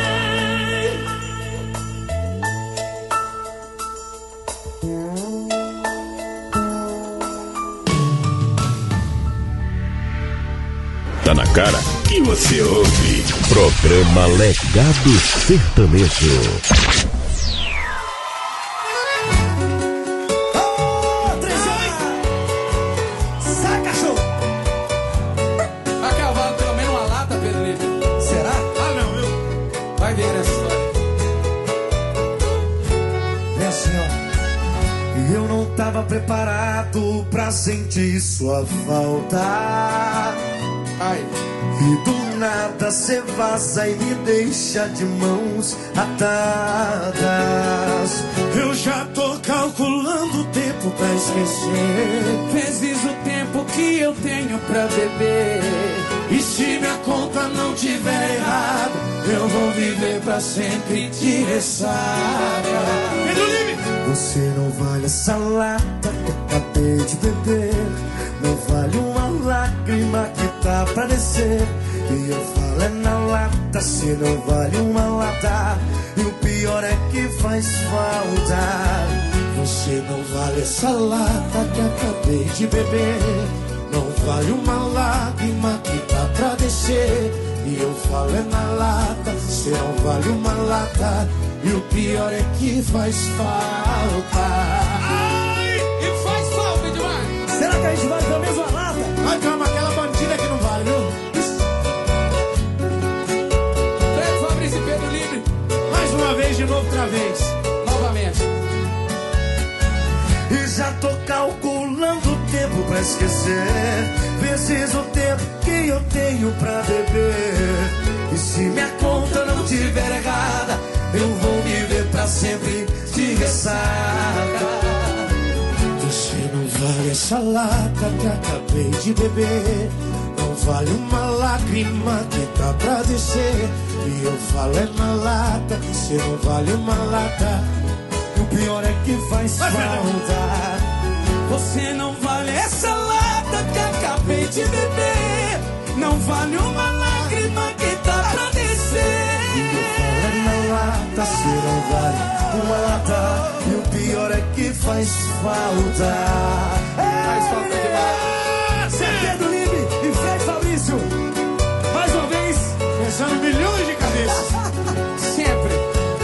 Tá na cara que você ouve. Programa Legado Sertanejo. Sai, cachorro! A cavalo, pelo menos uma lata, Pedro. Será? Ah, não, viu? Vai ver essa história. É assim, ó. Eu não tava preparado pra sentir sua falta. Ai. E do nada cê vaza e me deixa de mãos atadas. Eu já tô calculando o tempo pra esquecer. Vezes o tempo que eu tenho pra beber. E se minha conta não tiver errado, eu vou viver pra sempre de ressaca. Você não vale essa lata que eu acabei de beber. Não vale uma lata pra descer. E eu falo é na lata, se não vale uma lata. E o pior é que faz falta. Você não vale essa lata que acabei de beber. Não vale uma lágrima que tá pra descer. E eu falo é na lata, você não vale uma lata. E o pior é que faz falta. Ai, e faz falta demais. Será que a gente vale a mesma lata? Ai, calma, aquela bandida que não vale, viu? Fred, Fabrício e Pedro Livre. Mais uma vez, de novo, outra vez. Novamente. E já tô calculando o tempo pra esquecer. Vezes o tempo que eu tenho pra beber. E se minha conta não tiver errada, eu vou viver pra sempre de ressaca. Você não vale essa lata que acabei de beber. Não vale uma lágrima que tá pra descer. E eu falo é na lata, você não vale uma lata. E o pior é que faz falta. Você não vale essa lata que acabei de beber. Não vale uma lágrima que tá pra descer. E eu falo é na lata, se não vale uma lata. E o pior é que faz falta. Faz falta demais. Pedro Livre e Fred Fabrício. Mais uma vez, pensando milhões de cabeças. Sempre.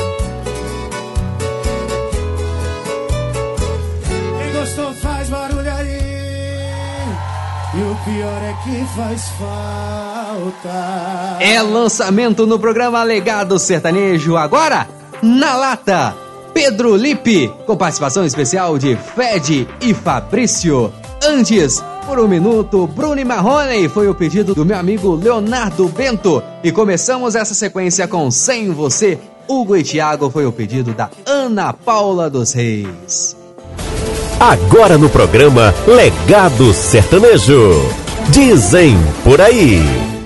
Quem gostou faz barulho aí. E o pior é que faz falta. É lançamento no programa Legado Sertanejo. Agora, na lata, Pedro Lipe, com participação especial de Fred e Fabrício. Antes, por um minuto, Bruno e Marrone foi o pedido do meu amigo Leonardo Bento. E começamos essa sequência com Sem Você. Hugo e Thiago foi o pedido da Ana Paula dos Reis. Agora no programa Legado Sertanejo. Dizem por aí.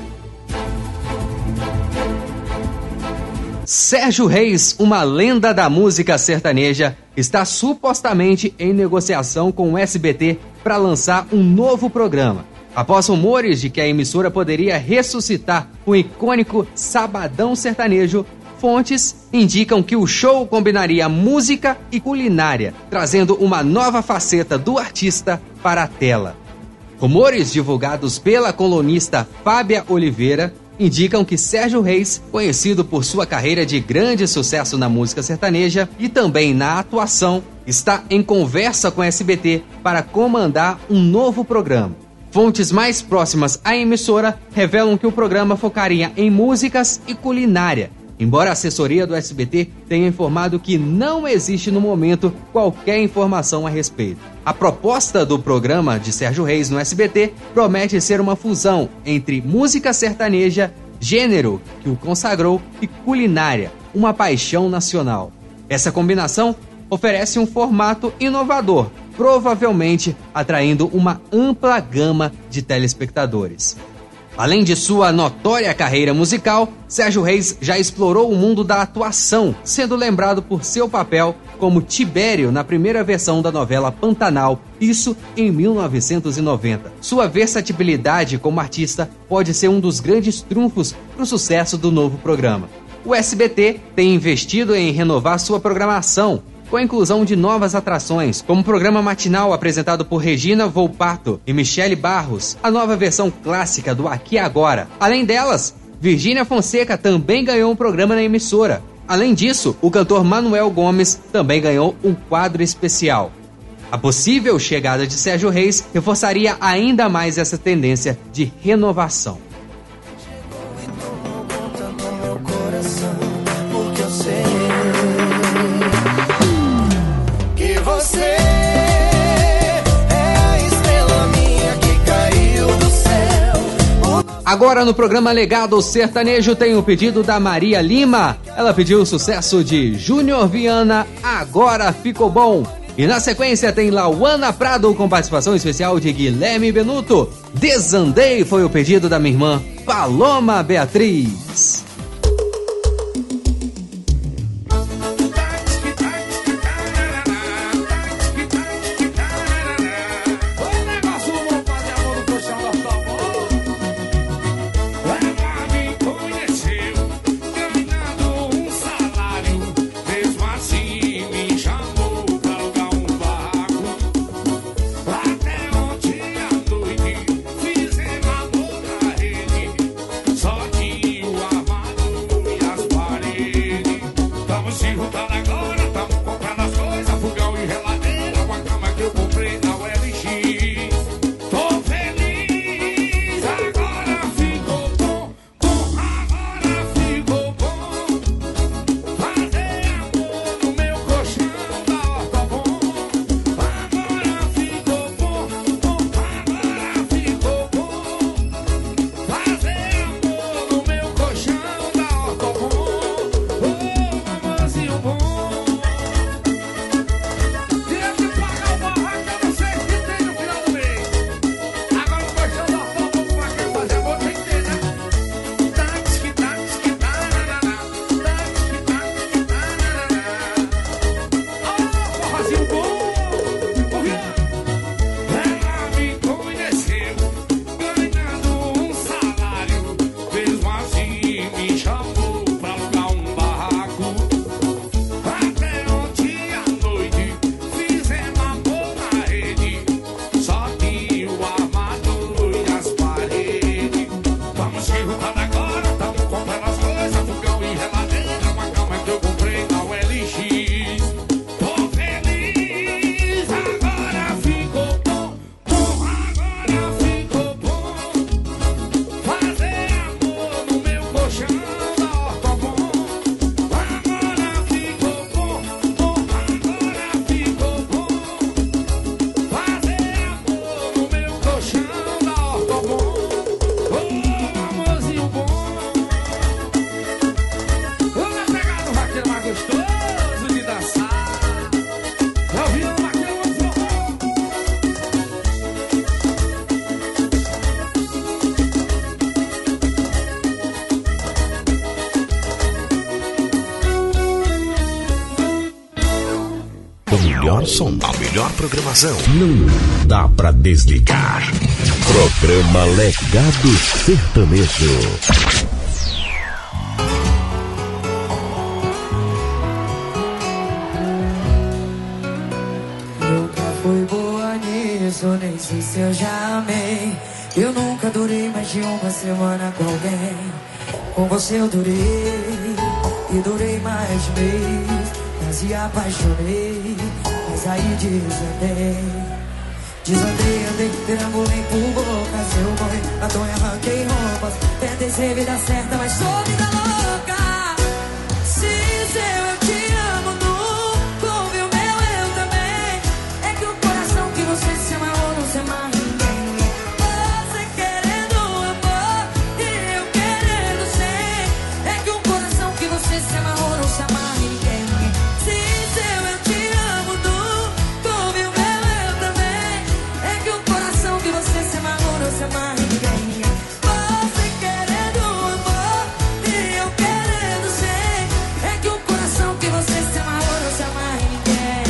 Sérgio Reis, uma lenda da música sertaneja, está supostamente em negociação com o S B T para lançar um novo programa. Após rumores de que a emissora poderia ressuscitar o icônico Sabadão Sertanejo, fontes indicam que o show combinaria música e culinária, trazendo uma nova faceta do artista para a tela. Rumores divulgados pela colunista Fábia Oliveira indicam que Sérgio Reis, conhecido por sua carreira de grande sucesso na música sertaneja e também na atuação, está em conversa com a S B T para comandar um novo programa. Fontes mais próximas à emissora revelam que o programa focaria em músicas e culinária, embora a assessoria do S B T tenha informado que não existe no momento qualquer informação a respeito. A proposta do programa de Sérgio Reis no S B T promete ser uma fusão entre música sertaneja, gênero que o consagrou, e culinária, uma paixão nacional. Essa combinação oferece um formato inovador, provavelmente atraindo uma ampla gama de telespectadores. Além de sua notória carreira musical, Sérgio Reis já explorou o mundo da atuação, sendo lembrado por seu papel como Tibério na primeira versão da novela Pantanal, isso em mil novecentos e noventa. Sua versatilidade como artista pode ser um dos grandes trunfos para o sucesso do novo programa. O S B T tem investido em renovar sua programação, com a inclusão de novas atrações, como o programa matinal apresentado por Regina Volpato e Michele Barros, a nova versão clássica do Aqui Agora. Além delas, Virgínia Fonseca também ganhou um programa na emissora. Além disso, o cantor Manuel Gomes também ganhou um quadro especial. A possível chegada de Sérgio Reis reforçaria ainda mais essa tendência de renovação. Agora no programa Legado Sertanejo tem o pedido da Maria Lima. Ela pediu o sucesso de Júnior Viana, Agora Ficou Bom. E na sequência tem Lauana Prado com participação especial de Guilherme Benuto. Desandei foi o pedido da minha irmã Paloma Beatriz. fogão e geladeira, uma cama que eu comprei na U L X. Tô feliz, agora ficou bom, bom, agora ficou bom. Fazer amor no meu colchão da Ortobon. Agora ficou bom, bom, agora ficou bom. Fazer amor no meu colchão da Ortobon. Oh, amorzinho bom. Tive que pagar o barraco que eu não sei se tem no final do mês. Agora o colchão da Ortobon, pra quem fazer amor tem que ter, né? Tantos que tantos que tanananá, tantos que tantos que tanananá. Oh, forrozinho bom. Ouviu? Ela me conheceu ganhando um salário, mesmo assim me chamou pra alugar um barraco. Até ontem à noite fizemos amor na rede, só tinha o armador e as paredes. Vamos que rupado agora, tamo comprando as coisas, fogão e geladeira, uma cama que eu comprei na U L X. Tô feliz, agora ficou bom, bom, agora ficou bom. Fazer amor no meu colchão da Ortobon. Agora ficou bom, bom, agora ficou bom. Fazer amor no meu colchão da Ortobon. Oh, amorzinho bom. Vamos pegar no vaqueiro mais gostoso de dançar. É o violão vaqueiro no forró. O melhor som, a melhor programação. Não dá pra desligar. Programa Legado Sertanejo. Nunca fui boa nisso, nem sei se eu já amei. Eu nunca durei mais de uma semana com alguém. Com você eu durei, e durei mais de mês. Quase apaixonei, mas aí desandei. Desandei, andei, perambulei por boca. Seu boi, batom e arranquei roupas. Tentei ser vida certa, mas sou vida louca. Se seu eu te amo, nunca ouvi o meu eu também. É que o coração que você se amarrou não se amarra em ninguém. Você querendo amor e eu querendo ser. É que o coração que você se amarrou não se amarra em ninguém. Se seu eu te amo, nunca ouvi o meu eu também. É que o coração que você se amarrou não se amarra em ninguém. Você querendo amor e eu querendo ser. É que o coração que você se amarrou não se amarra em ninguém.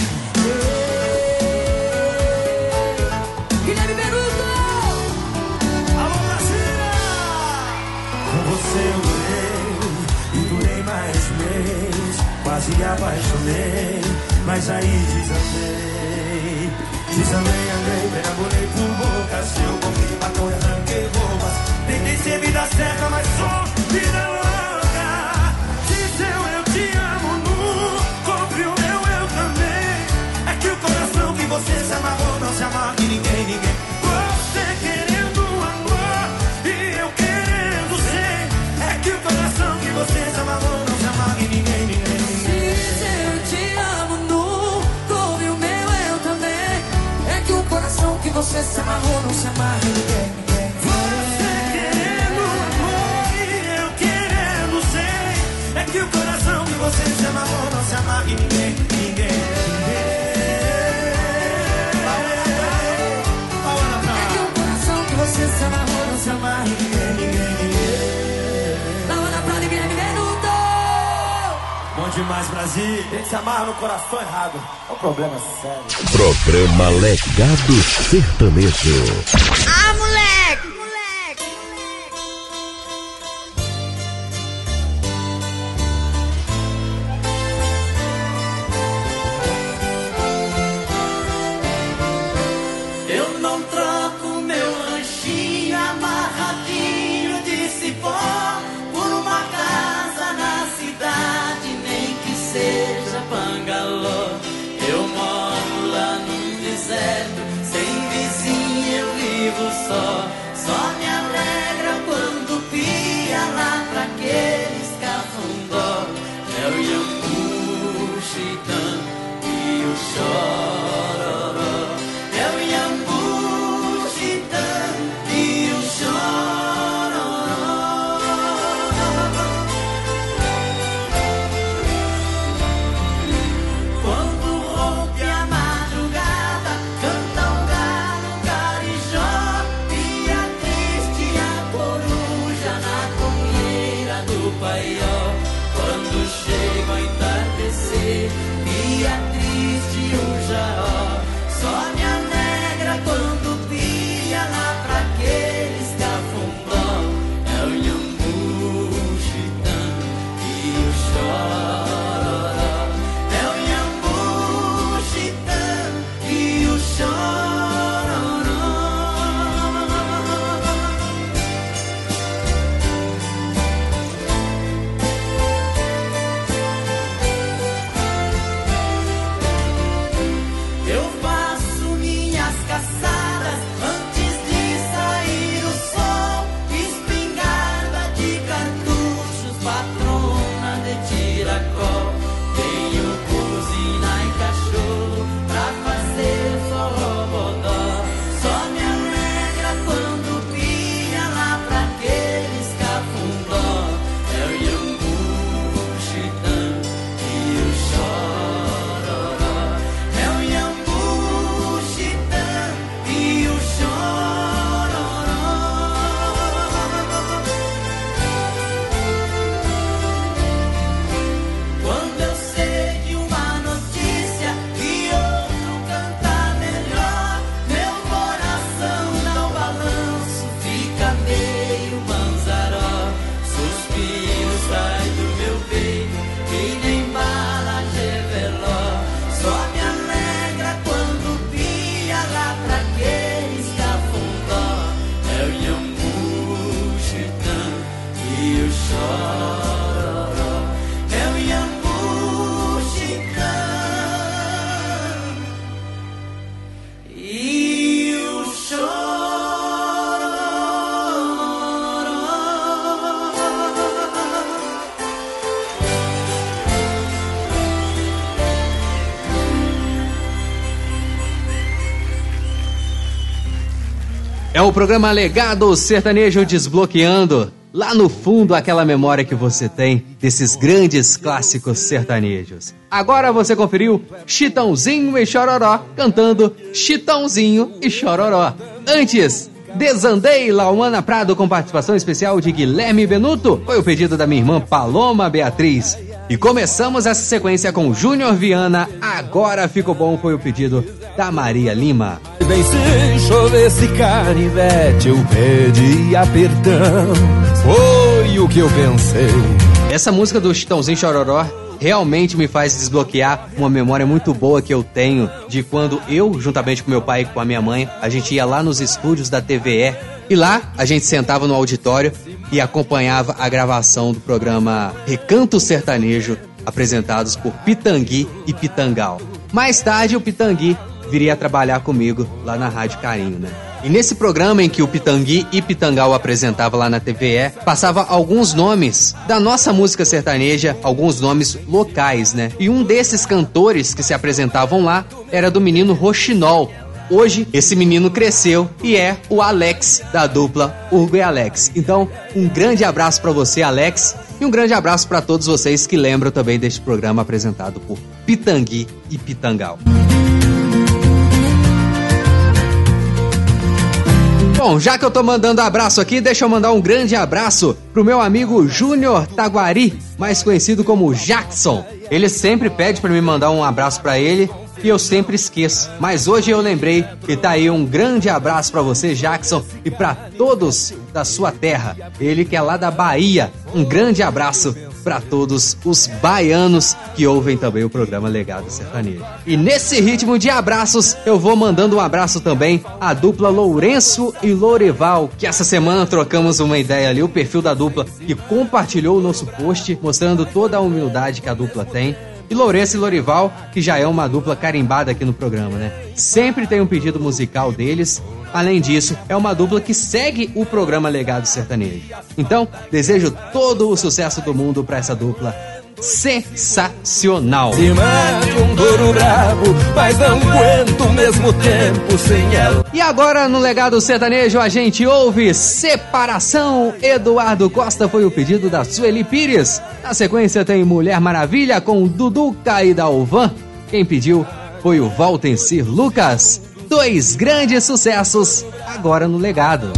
Guilherme Beruto! Alô, Brasília! Com você eu durei, e durei mais de mês. Quase apaixonei, mas aí desandei. Desandei, andei, perambulei por boca. Seu corpo de batom e arranquei roupas. Tentei ser vida certa, mas sou vida louca. Se seu eu te amo, nunca ouvi o meu eu também. É que o coração que você se amarrou não se amarra em ninguém, ninguém. Você querendo amor e eu querendo ser. É que o coração que você se amarrou não se amarra em ninguém, ninguém, ninguém. Se eu te amo, nunca ouvi o meu eu também. É que o coração que você se amarrou não se amarra em ninguém, ninguém. Você querendo amor e eu querendo ser. É que o coração que você se amarrou não se amarra em ninguém, ninguém, ninguém. É que o coração que você se amarrou não se amarra em ninguém, ninguém, ninguém. Na hora pra ninguém, ninguém não tô. Bom demais, Brasil. Ele se amarra no coração errado. É um problema sério. Programa Legado Sertanejo. Ah, moleque! Eu não troco meu lanchinho amarradinho de cipó por uma casa na cidade, nem que seja bangalô. Eu moro Só me alegra quando pia lá pra aqueles cafundó. É o Iambu, Chitã e o Chororó. É o Iambu, Chitã e o Chororó. Quando rompe a madrugada, canta um galo, carijó, e a triste a coruja na comieira do paió. Quando chega a entardecer, e a triste o jaró. Só me alegra quando pia lá pra aqueles cafundó. É o Iambu, Chitã e o Chororó. É o Iambu, Chitã e o Chororó. Eu faço minhas caçadas antes de sair o sol. Espingarda de cartuchos, patrona de tiracó. Tenho buzina e cachorro pra fazer forró-bodó. Só me alegra quando pia lá pra aqueles cafundó. É o Iambu, Chitã e o Chororó. É o Iambu, Chitã e o Chororó. Quando eu sei de uma notícia e outro canta melhor, meu coração dá um balanço, fica meio manzaró. Suspiro sai do meu peito que nem bala de veló. Só me alegra quando pia lá pra aqueles cafundó. É o Iambu, Chitã e o Chororó. É o Iambu, Chitã e o Chororó. É o programa Legado Sertanejo desbloqueando lá no fundo aquela memória que você tem desses grandes clássicos sertanejos. Agora você conferiu Chitãozinho e Chororó cantando Chitãozinho e Chororó. Antes, Desandei, Lauana Prado com participação especial de Guilherme Benuto. Foi o pedido da minha irmã Paloma Beatriz. E começamos essa sequência com Júnior Viana, Agora Ficou Bom, foi o pedido da Maria Lima. Vem sem chover esse canivete, eu pedi perdão, foi o que eu pensei. Essa música do Chitãozinho Chororó realmente me faz desbloquear uma memória muito boa que eu tenho de quando eu, juntamente com meu pai e com a minha mãe, a gente ia lá nos estúdios da T V E e lá a gente sentava no auditório e acompanhava a gravação do programa Recanto Sertanejo, apresentados por Pitangui e Pitangal. Mais tarde o Pitangui viria a trabalhar comigo lá na Rádio Carinho, né? E nesse programa em que o Pitangui e Pitangal apresentava lá na T V E, passava alguns nomes da nossa música sertaneja, alguns nomes locais, né? E um desses cantores que se apresentavam lá era do menino Roxinol. Hoje, esse menino cresceu e é o Alex, da dupla Hugo e Alex. Então, um grande abraço pra você, Alex, e um grande abraço pra todos vocês que lembram também deste programa apresentado por Pitangui e Pitangal. Bom, já que eu tô mandando abraço aqui, deixa eu mandar um grande abraço pro meu amigo Júnior Taguari, mais conhecido como Jackson. Ele sempre pede pra me mandar um abraço pra ele e eu sempre esqueço. Mas hoje eu lembrei e tá aí um grande abraço pra você, Jackson, e pra todos da sua terra. Ele que é lá da Bahia. Um grande abraço pra todos os baianos que ouvem também o programa Legado Sertanejo. E nesse ritmo de abraços, eu vou mandando um abraço também à dupla Lourenço e Lourival, que essa semana trocamos uma ideia ali, o perfil da dupla, que compartilhou o nosso post, mostrando toda a humildade que a dupla tem. E Lourenço e Lourival, que já é uma dupla carimbada aqui no programa, né? Sempre tem um pedido musical deles Além disso, é uma dupla que segue o programa Legado Sertanejo. Então, desejo todo o sucesso do mundo para essa dupla sensacional. Se mande um touro bravo, mas não aguento o mesmo tempo sem ela. E agora no Legado Sertanejo a gente ouve Separação. Eduardo Costa foi o pedido da Sueli Pires. Na sequência tem Mulher Maravilha com Duduca e Dalvan. Quem pediu foi o Valtencir Lucas. Dois grandes sucessos agora no Legado.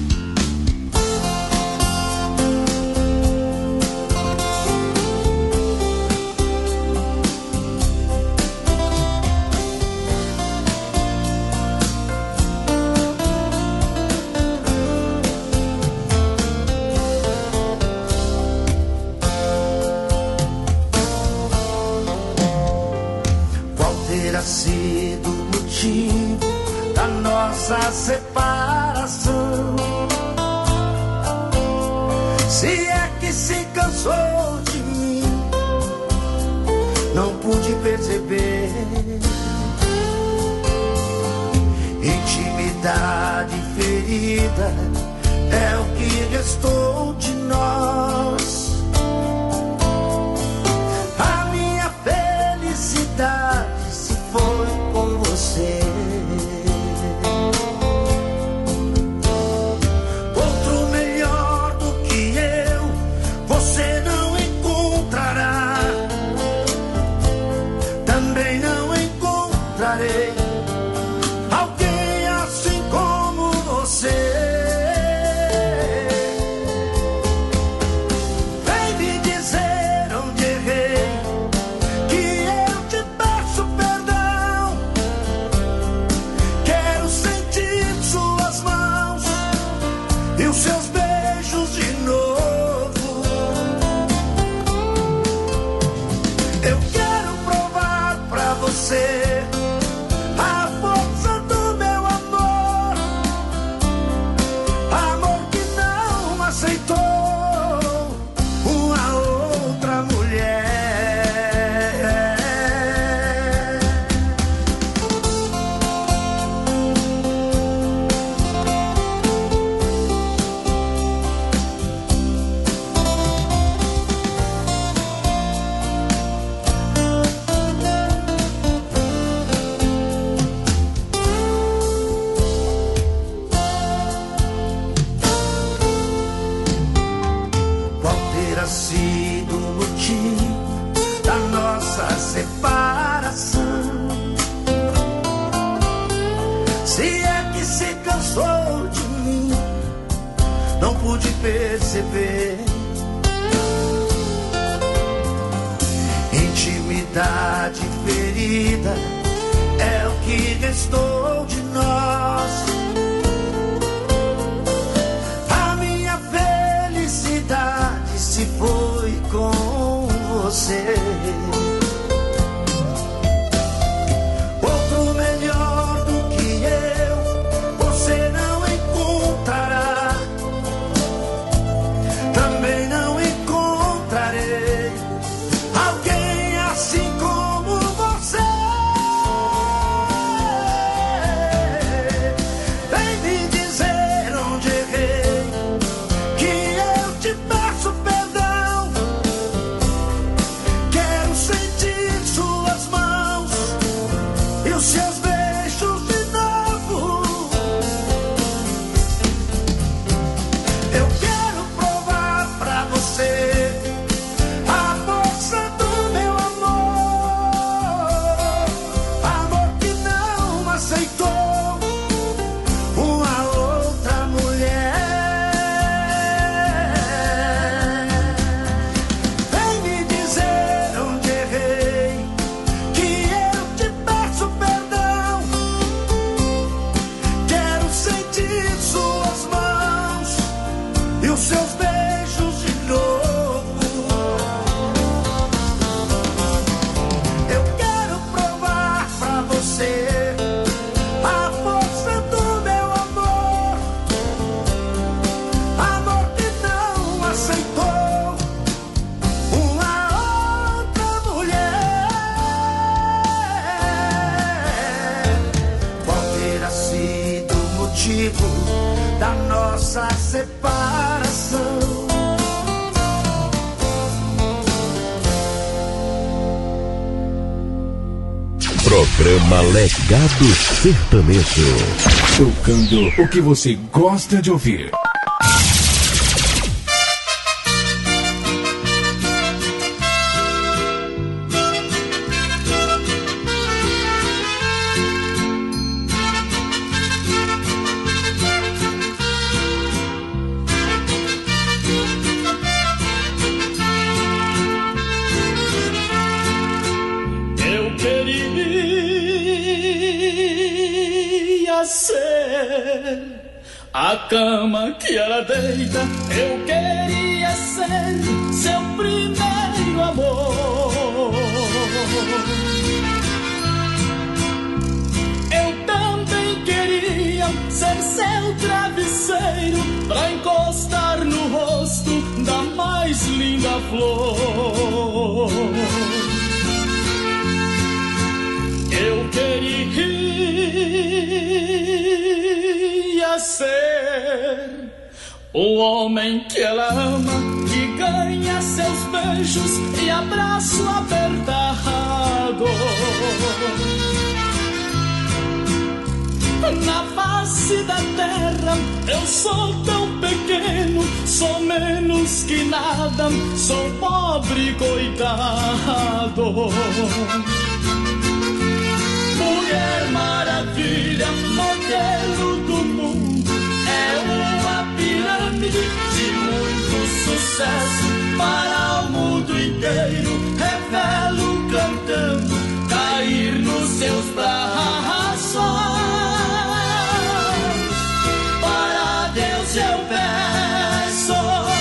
Sido o motivo da nossa separação. Se é que se cansou de mim, não pude perceber. Intimidade ferida é o que restou de nós. A minha felicidade foi com você. Outro melhor do que eu você não encontrará. Também não encontrarei alguém assim como você. Vem me dizer onde errei, que eu te peço perdão. Quero sentir suas mãos e os seus beijos de novo. Eu quero provar pra você a força do meu amor. Amor que não aceitou uma outra mulher. Qual terá sido o motivo da nossa separação? Se é que se cansou de mim, não pude perceber. Intimidade ferida é o que restou de nós. A minha felicidade se foi com você. Outro melhor do que eu você não encontrará. Também não encontrarei alguém assim como você. motivo da nossa separação. Programa Legado Sertanejo. Tocando o que você gosta de ouvir. A cama que ela deita, eu queria ser seu primeiro amor. Eu também queria ser seu travesseiro, pra encostar no rosto da mais linda flor. Eu queria ser o homem que ela ama, que ganha seus beijos e abraço apertado. Na face da terra eu sou tão pequeno, sou menos que nada, sou pobre coitado. Mulher maravilha, modelo do mundo, é uma pirâmide de muito sucesso para o mundo inteiro. Revelo cantando, cair nos seus braços. Para Deus eu peço.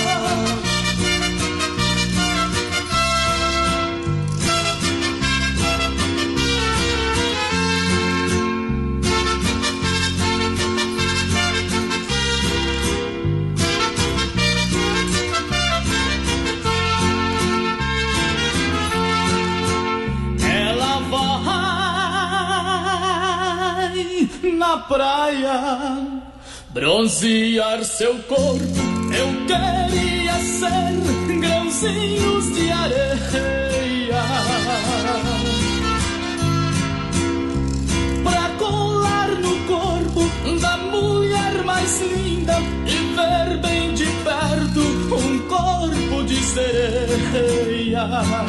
Na praia, bronzear seu corpo, eu queria ser grãozinhos de areia, pra colar no corpo da mulher mais linda e ver bem de perto um corpo de sereia.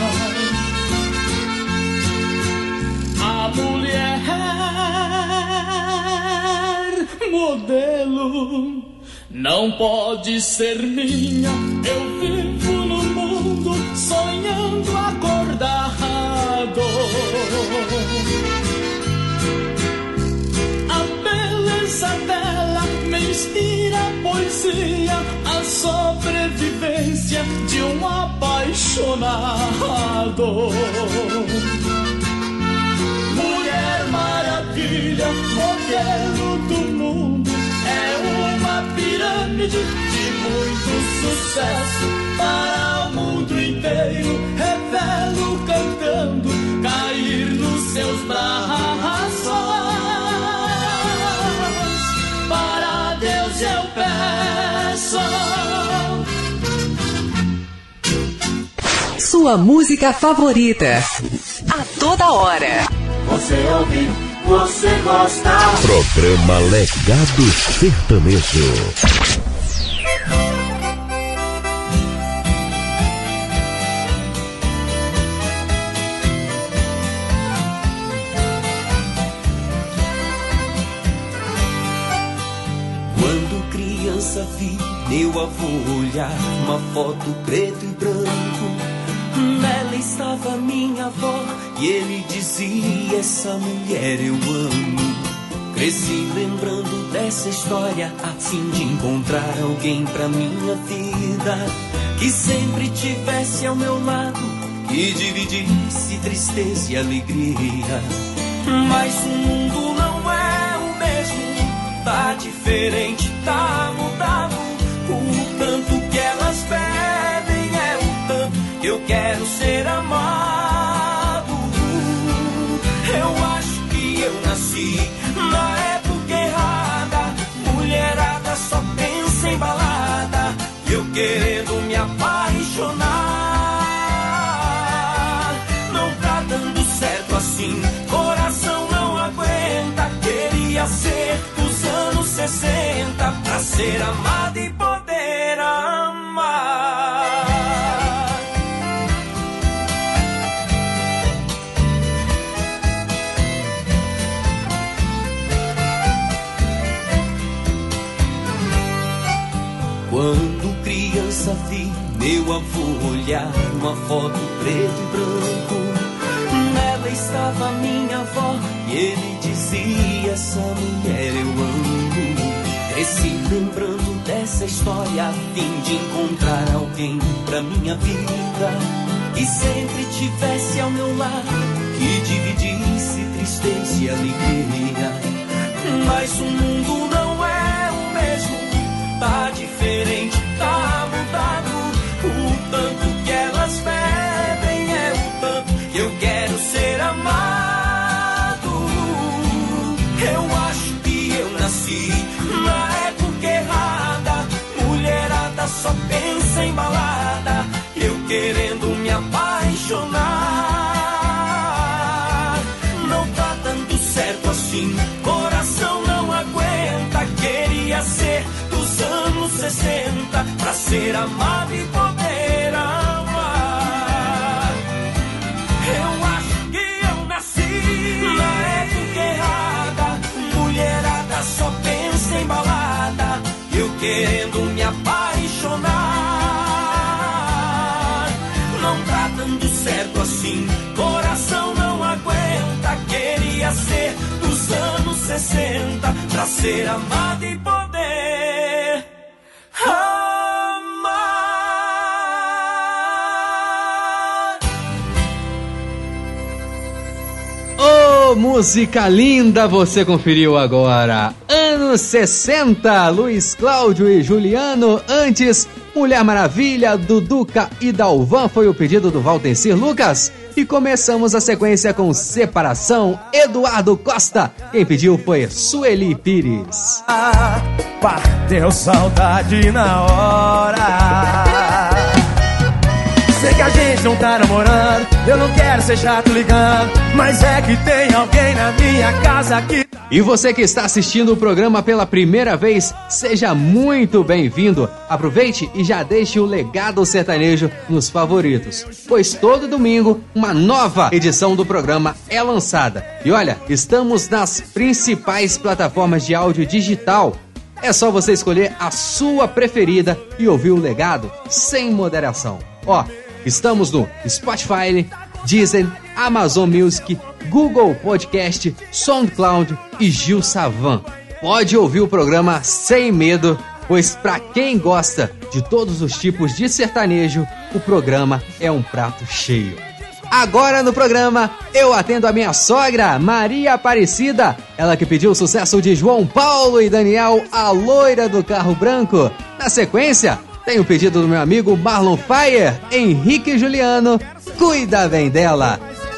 A mulher modelo não pode ser minha, eu vivo no mundo sonhando acordado. A beleza dela me inspira poesia, a sobrevivência de um apaixonado. Mulher maravilha, modelo do mundo, é uma pirâmide de muito sucesso para o mundo inteiro. Revelo cantando, cair nos seus braços. Para Deus eu peço. Sua música favorita a toda hora. Você ouve, você gosta. Programa Legado Sertanejo. Quando criança vi meu avô olhar uma foto preto e branco. Nela estava minha avó e ele dizia: essa mulher eu amo. Cresci lembrando dessa história a fim de encontrar alguém pra minha vida, que sempre tivesse ao meu lado, que dividisse tristeza e alegria. Mas o mundo não é o mesmo, tá diferente, tá mudado. O tanto que elas pedem é o tanto que eu quero ser amado. Eu acho que eu nasci na época errada. Quando criança vi meu avô olhar uma foto preto e branco. Nela estava minha avó e ele dizia: essa mulher eu amo. Cresci lembrando dessa história a fim de encontrar alguém pra minha vida que sempre tivesse ao meu lado, que dividisse tristeza e alegria. Mas o mundo não é o mesmo, tá diferente, tá mudado. O tanto que elas bebem é o tanto que eu quero ser amado. Eu acho que eu nasci na época errada. Mulherada só pensa em balada, eu querendo me apaixonar. Não tá dando certo assim, coração não aguenta. Queria ser dos anos sessenta pra ser amado e poder amar. Eu acho que eu nasci na época errada. Mulherada só pensa em balada, eu querendo me apaixonar. Não tá dando certo assim, coração não aguenta. Queria ser dos anos sessenta pra ser amado e poder amar. Ô, música linda você conferiu agora. Anos sessenta, Luiz Cláudio e Juliano. Antes, Mulher Maravilha, Duduca e Dalvan, foi o pedido do Valdecir Lucas. E começamos a sequência com Separação, Eduardo Costa. Quem pediu foi Sueli Pires. Bateu saudade na hora. Sei que a gente não tá namorando, eu não quero ser chato ligando, mas é que tem alguém na minha casa que... E você que está assistindo o programa pela primeira vez, seja muito bem-vindo. Aproveite e já deixe o Legado Sertanejo nos favoritos, pois todo domingo uma nova edição do programa é lançada. E olha, estamos nas principais plataformas de áudio digital. É só você escolher a sua preferida e ouvir o Legado sem moderação. Ó, estamos no Spotify, Deezer, Amazon Music, Google Podcast, SoundCloud e Gil Savan. Pode ouvir o programa sem medo, pois para quem gosta de todos os tipos de sertanejo, o programa é um prato cheio. Agora no programa, eu atendo a minha sogra, Maria Aparecida, ela que pediu o sucesso de João Paulo e Daniel, a loira do carro branco. Na sequência, tem o pedido do meu amigo Marlon Fire, Henrique e Juliano, Cuida Bem Dela.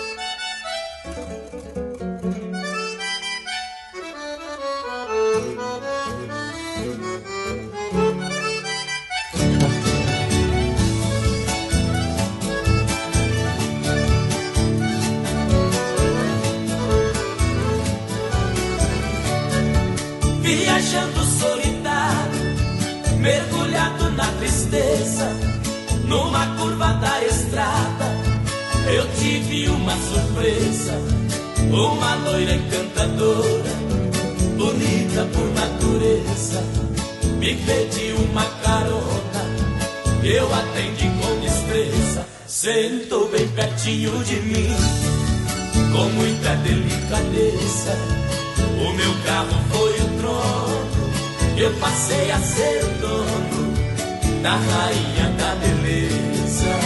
Viajando solitário, mergulhado na tristeza, numa curva da estrada, eu tive uma surpresa. Uma loira encantadora, bonita por natureza, me pediu uma carona, eu atendi com destreza. Sentou bem pertinho de mim, com muita delicadeza. O meu carro foi o trono, eu passei a ser o dono da rainha da beleza.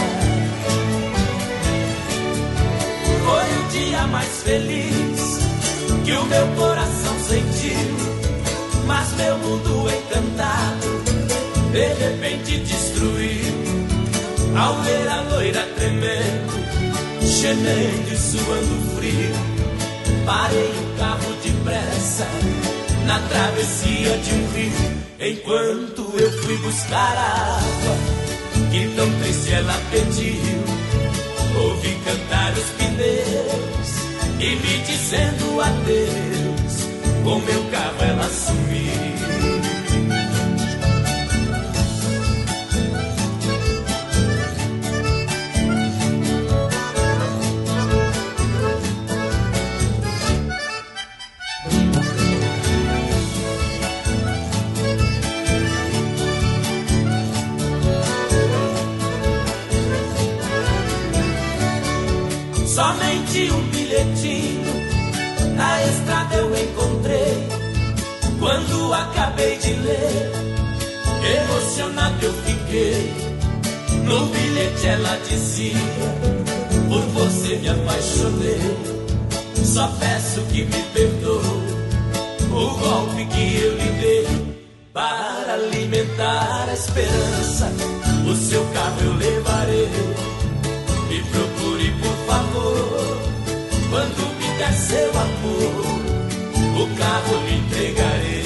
Foi o dia mais feliz que o meu coração sentiu, mas meu mundo encantado de repente destruiu. Ao ver a loira tremendo, gemendo e suando frio, parei o carro depressa na travessia de um rio. Enquanto eu fui buscar água, que tão triste ela pediu, ouvi cantar os pneus e me dizendo adeus. Com meu carro ela sumiu. somente um bilhetinho na estrada eu encontrei. Quando acabei de ler, emocionado eu fiquei. No bilhete ela dizia: por você me apaixonei. Só peço que me perdoe o golpe que eu lhe dei. Para alimentar a esperança, o seu carro eu levarei. Me procure por favor, quando me der seu amor, o carro lhe entregarei.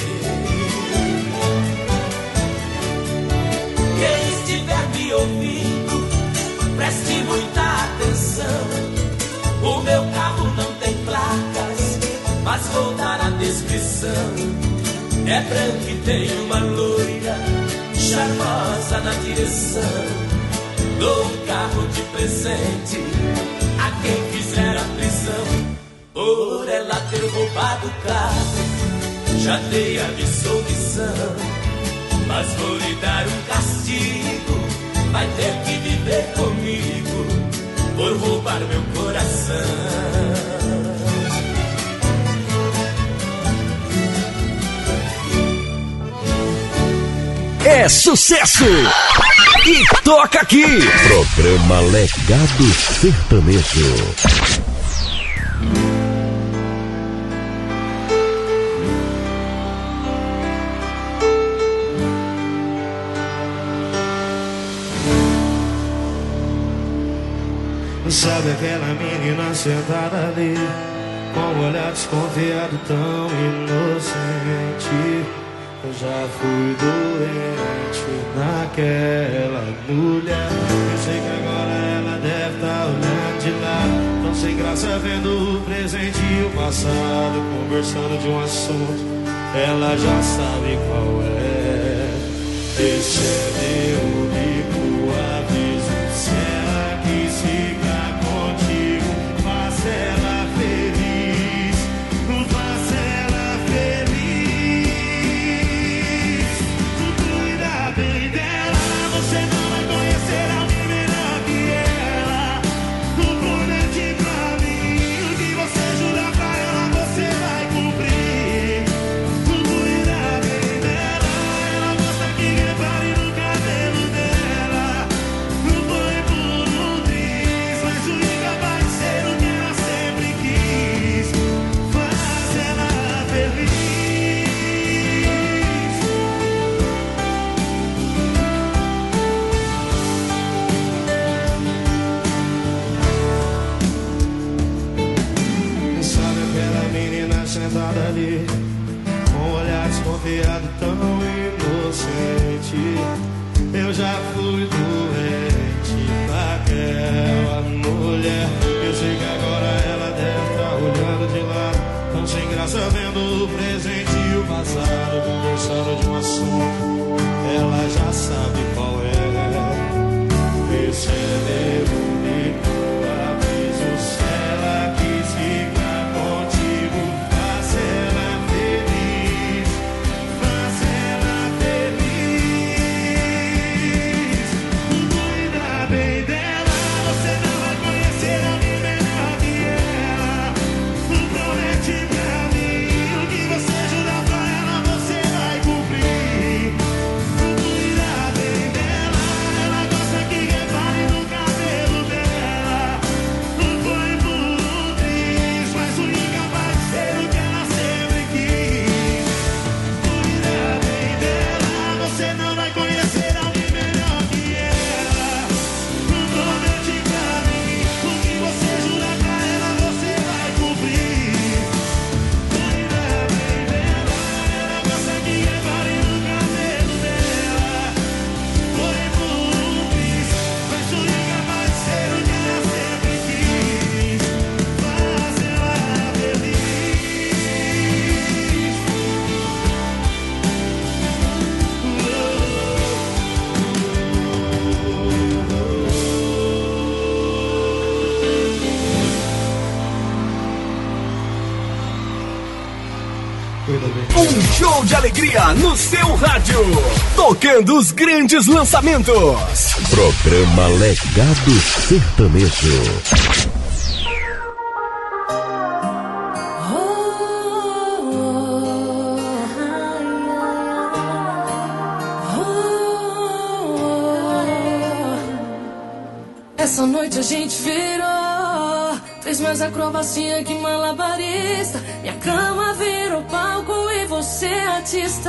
Quem estiver me ouvindo, preste muita atenção. O meu carro não tem placas, mas vou dar a descrição. É branco e tem uma loira charmosa na direção. Dou um carro de presente a quem fizer a prisão por ela ter roubado o carro. Já dei a absolvição, mas vou lhe dar um castigo. Vai ter que viver comigo por roubar meu coração. É sucesso! E toca aqui! Programa Legado Sertanejo. Sabe aquela menina sentada ali, com um olhar desconfiado tão inocente? Eu já fui doente naquela mulher. Eu sei que agora ela deve estar olhando de lado, tão sem graça vendo o presente e o passado, conversando de um assunto, ela já sabe qual é. Esse é meu único aviso, se ela quis ficar contigo, faça ela feliz, faça ela feliz. Bem dela, você não vai conhecer alguém melhor que ela. Não promete pra mim o que você jura pra ela, você vai cumprir. Não cuida bem dela, ela gosta que repare no cabelo dela. Não foi por um triz, mas o incapaz de ser o que ela sempre quis. Faz ela feliz. Sentada ali, com um olhar desconfiado tão inocente. Eu já fui doente naquela mulher. Eu sei que agora ela deve estar olhando de lado, tão sem graça vendo o presente e o passado, conversando de um assunto, ela já sabe qual é. Esse é meu único aviso, se ela quis ficar contigo, Um show de alegria no seu rádio, tocando os grandes lançamentos. Programa Legado Sertanejo. Essa noite a gente virou, fez mais acrobacia que malabarista. Minha cama virou palco e você artista.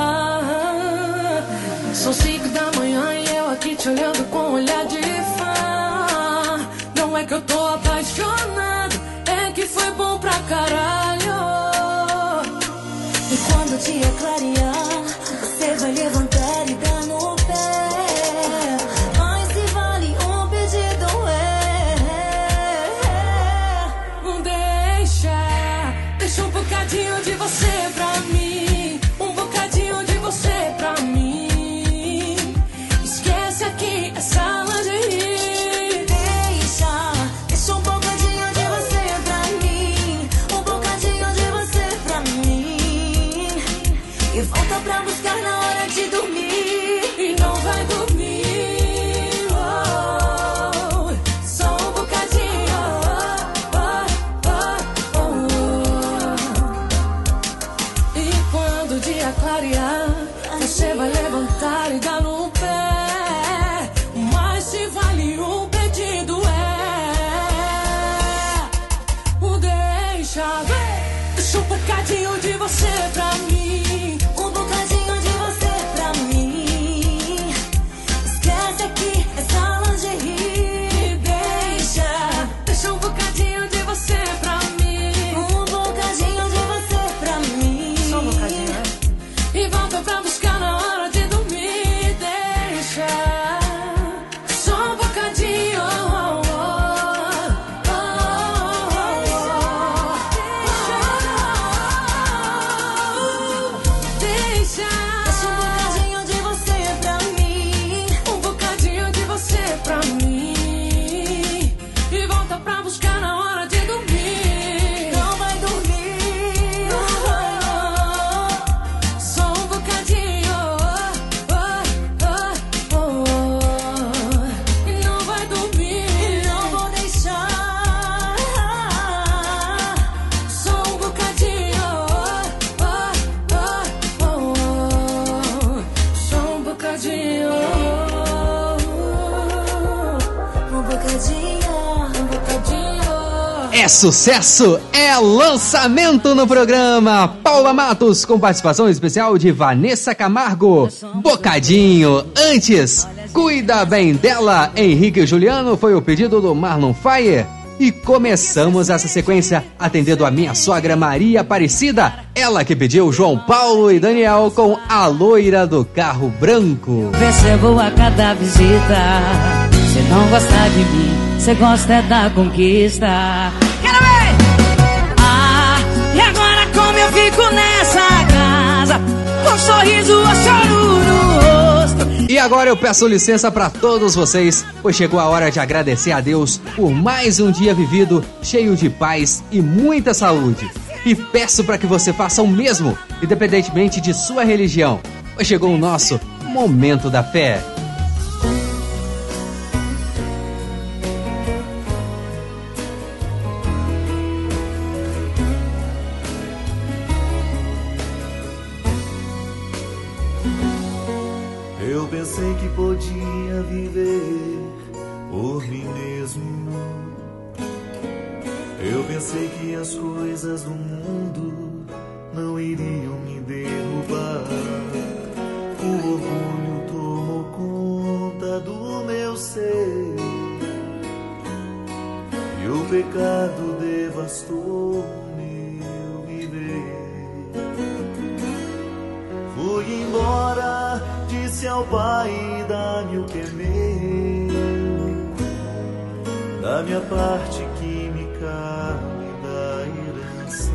São cinco da manhã e eu aqui te olhando com olhar de fã. Não é que eu tô apaixonado, é que foi bom pra caralho. E quando o dia clarear, você vai levantar e dar no pé. Mas se vale um pedido é, Não deixa, deixa um bocadinho de você pra mim. Um bocadinho de você pra mim. Esquece aqui essa lingerie. Deixa, deixa um bocadinho de você pra mim. Um bocadinho de você pra mim. E volta pra buscar na hora de dormir. E não vai dormir, oh, só um bocadinho, oh, oh, oh. E quando o dia clarear, você vai levantar e dar no pé. Mas se vale um pedido é o deixa, deixa um bocadinho de você pra mim. Um bocadinho de você pra mim. Esquece aqui essa lingerie. Deixa, deixa um bocadinho de você pra mim. Um bocadinho de você pra mim. Só um bocadinho, né? E volta pra buscar na hora de dormir. Deixa, só um bocadinho, oh, oh, oh, oh, oh. Deixa, deixa um bocadinho de você pra mim. Um bocadinho de você pra mim. E volta pra buscar na hora de dormir. Não vai dormir, oh, oh, oh. Só um bocadinho, oh, oh, oh, oh. E não vai dormir. não vou deixar. Só um bocadinho, oh, oh, oh, oh. Só um bocadinho, Um bocadinho, um bocadinho. É sucesso, é lançamento no programa. Paula Matos com participação especial de Vanessa Camargo. Bocadinho. Antes, Cuida Bem Dela, Henrique e Juliano, foi o pedido do Marlon Fire. E começamos essa sequência atendendo a minha sogra Maria Aparecida, ela que pediu João Paulo e Daniel com A Loira do Carro Branco. Percebo a cada visita, cê não gosta de mim, cê gosta é da conquista. Quero ver! Ah, e agora como eu fico nessa casa, com sorriso ou choro no rosto. E agora eu peço licença para todos vocês, pois chegou a hora de agradecer a Deus por mais um dia vivido, cheio de paz e muita saúde. E peço para que você faça o mesmo, independentemente de sua religião, pois chegou o nosso Momento da Fé. Eu pensei que podia viver por mim mesmo. Eu pensei que as coisas do mundo não iriam me derrubar. O orgulho tomou conta do meu ser e o pecado devastou meu viver. Fui embora, disse ao Pai, dá-me o que é meu, da minha parte que me cabe da herança.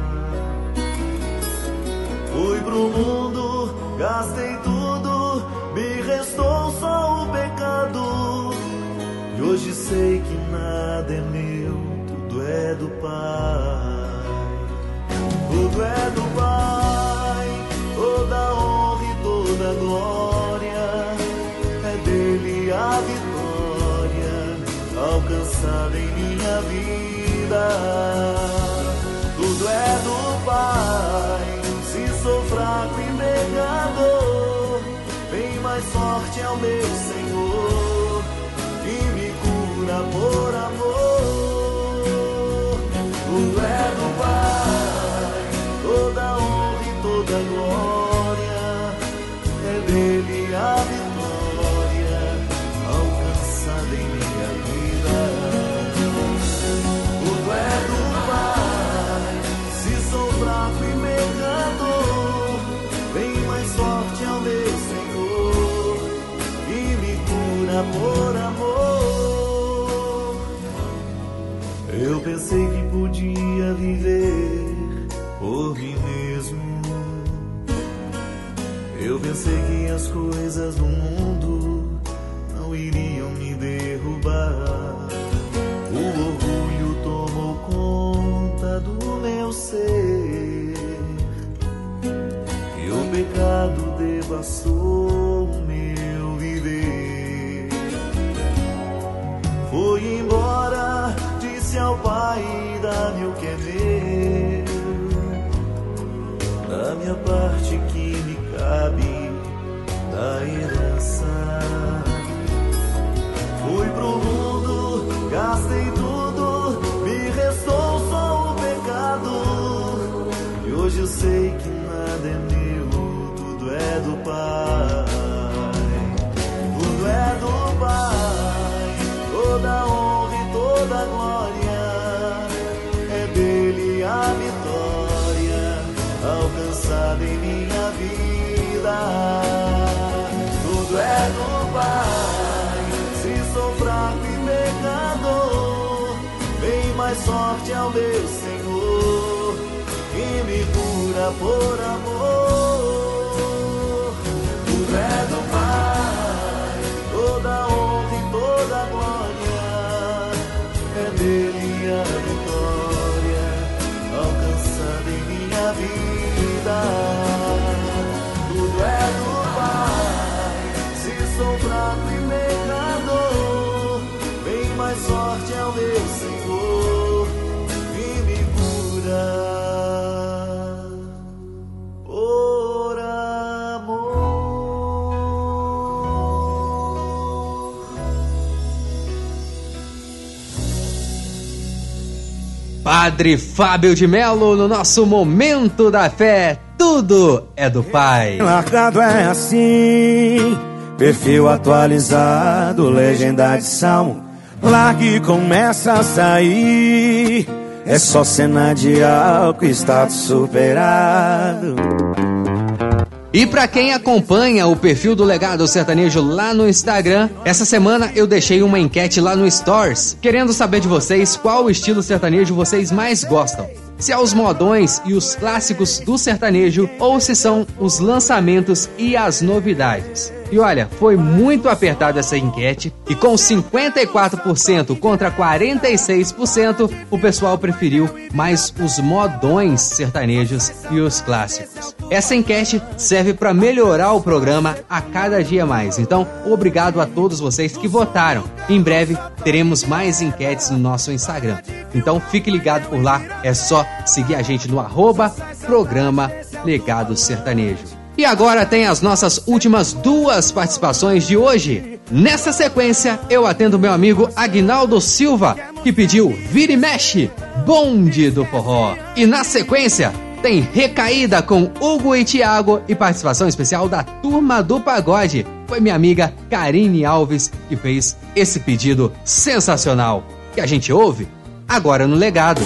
Fui pro mundo, gastei tudo, me restou só o pecado. E hoje sei que nada é meu, tudo é do Pai. Tudo é do Pai, toda honra e toda glória é dele a vitória alcançada em minha vida. Tudo é do Pai, se sou fraco e pecador, bem mais forte é o meu Senhor, que me cura por amor. Tudo é do Pai, toda honra e toda glória é dele a vitória alcançada em minha vida. Tudo é do Pai, se sou fraco e pecador, vem mais forte ao meu Senhor e me cura por amor. Eu pensei que podia viver por mim mesmo. Eu pensei que as coisas do mundo não iriam me derrubar. O orgulho tomou conta do meu ser e o pecado devastou o meu viver. Fui embora, disse ao Pai, dá-me o que é meu, da minha parte que me cabe da herança. Fui pro mundo, gastei tudo, me restou só o pecado. E hoje eu sei que nada é meu, tudo é do Pai. Tudo é do Pai, toda honra e toda glória é dele a vitória alcançada em minha vida. Tudo é do Pai, se sou fraco e pecador, vem mais sorte ao meu Senhor e me cura por amor. Tudo é do Pai, toda honra e toda glória é dele a vitória alcançada em minha vida. Tudo é do Pai, se sou fraco e pecador, vem mais sorte ao meu Senhor e me cura por amor. Padre Fábio de Melo no nosso Momento da Fé. Tudo é do Pai. Largado é assim, perfil atualizado, legenda de salmo. Lá que começa a sair, é só cena de álcool, status superado. E pra quem acompanha o perfil do Legado Sertanejo lá no Instagram, essa semana eu deixei uma enquete lá no Stories, querendo saber de vocês qual estilo sertanejo vocês mais gostam. Se é os modões e os clássicos do sertanejo ou se são os lançamentos e as novidades. E olha, foi muito apertada essa enquete e com cinquenta e quatro por cento contra quarenta e seis por cento, o pessoal preferiu mais os modões sertanejos e os clássicos. Essa enquete serve para melhorar o programa a cada dia mais. Então, obrigado a todos vocês que votaram. Em breve teremos mais enquetes no nosso Instagram. Então, fique ligado por lá, é só seguir a gente no arroba programa Legado Sertanejo. E agora tem as nossas últimas duas participações de hoje. Nessa sequência, eu atendo meu amigo Aguinaldo Silva, que pediu Vira e Mexe, Bonde do Forró. E na sequência, tem Recaída com Hugo e Thiago e participação especial da Turma do Pagode. Foi minha amiga Karine Alves que fez esse pedido sensacional, que a gente ouve agora no Legado.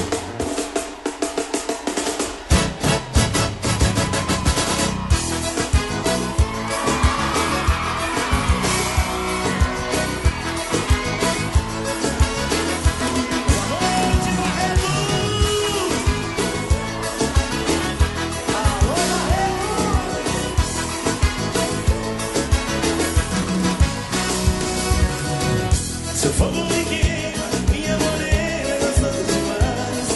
Seu fogo me queima, minha morena gostosa demais.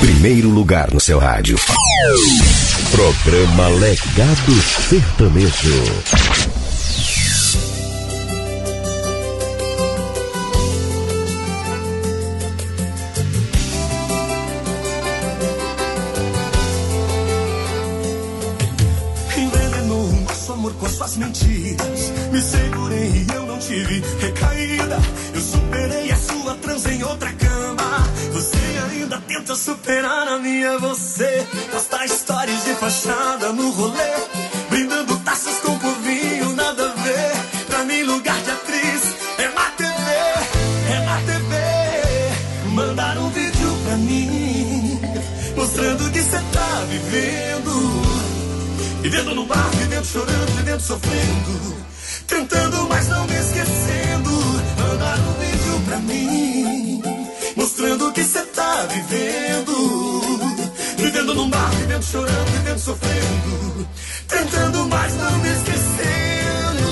Primeiro lugar no seu rádio. Programa Legado Sertanejo. Envenenou nosso amor com suas mentiras. Me segurei e eu não tive recaída. Eu superei a sua transa em outra cama. Você ainda tenta superar a minha. Você posta histórias de fachada no rolê, brindando taças com povinho, nada a ver. Pra mim lugar de atriz é na T V, é na T V. Mandaram um vídeo pra mim, mostrando que cê tá vivendo. Vivendo no bar, vivendo chorando, vivendo sofrendo, tentando, mas não me esquecendo. Mandaram um vídeo pra mim, mostrando que cê tá vivendo. Vivendo num bar, vivendo chorando, vivendo sofrendo, tentando, mas não me esquecendo.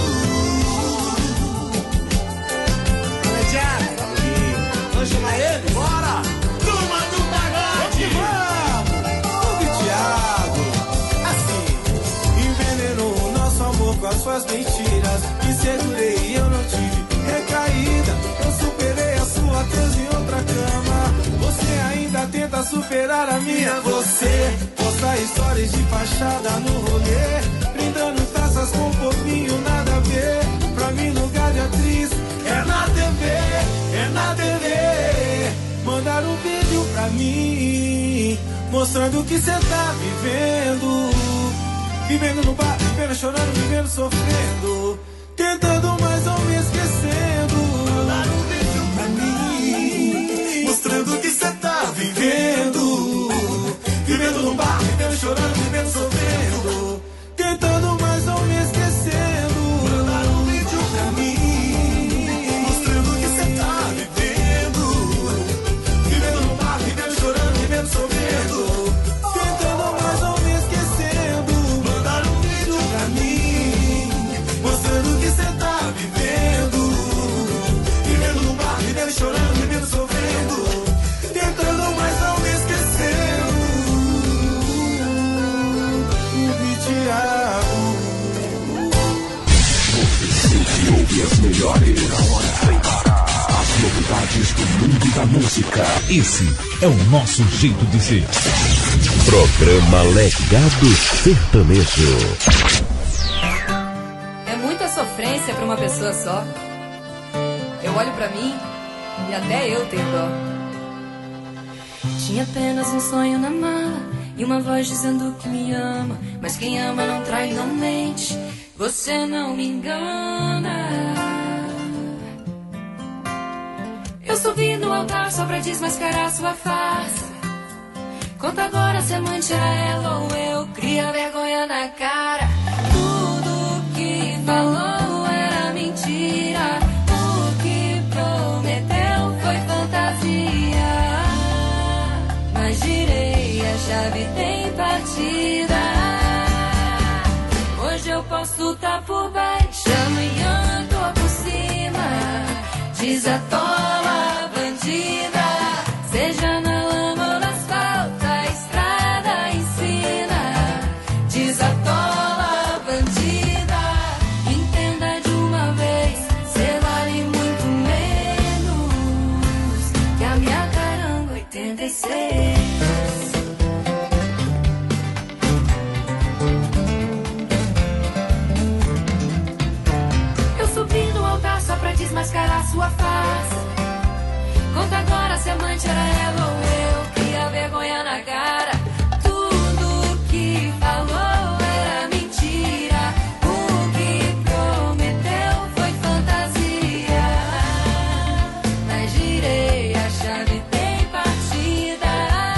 Olha, Thiago, vamos chamar ele? Bora! Turma do pagode! Vamos! O Thiago, assim, envenenou o nosso amor com as suas mentiras. Me segurei e eu não tive recaída. Eu superei a sua transa em outra cama. Você ainda tenta superar a minha. Você posta histórias de fachada no rolê, brindando taças com povinho, nada a ver. Pra mim lugar de atriz é na T V, é na T V. Mandaram um vídeo pra mim, mostrando que cê tá vivendo. Vivendo no bar, vivendo chorando, vivendo sofrendo, tentando, mas não me esquecendo. Mandaram um vídeo pra mim, mostrando que cê tá vivendo. Vivendo num bar, vivendo chorando, vivendo sofrendo, tentando, mas não me esquecendo. Mandaram um vídeo pra mim, mostrando que cê tá vivendo. Vivendo num bar, vivendo chorando, vivendo sofrendo, tentando, mas não me esquecendo. Mandaram um vídeo pra mim, mostrando que cê tá vivendo. Vivendo num bar, vivendo chorando, vivendo sofrendo, tentando, mas não me esquecendo. Thiago, Você ouve as melhores. As novidades do mundo da música. Esse é o nosso jeito de ser. Programa Legado Sertanejo. É muita sofrência pra uma pessoa só. Eu olho pra mim e até eu tenho dó. Tinha apenas um sonho na mala e uma voz dizendo que me ama. Mas quem ama não trai, não mente. Você não me engana. Eu subi no altar só pra desmascarar sua face. Conta agora se amante era ela ou eu. Cria vergonha na cara. Tudo que falou era mentira. O que prometeu foi fantasia. Mas girei, a chave tem partida. Hoje eu posso tá por baixo, amanhã tô por cima. Desatola, bandida, seja na lama ou no asfalto, a estrada ensina. Desatola, bandida, entenda de uma vez, cê vale muito menos que a minha caranga oitenta e seis. Desmascarar sua face. Conta agora se amante era ela ou eu. Cria vergonha na cara. Tudo que falou era mentira. O que prometeu foi fantasia. Mas girei, a chave tem partida.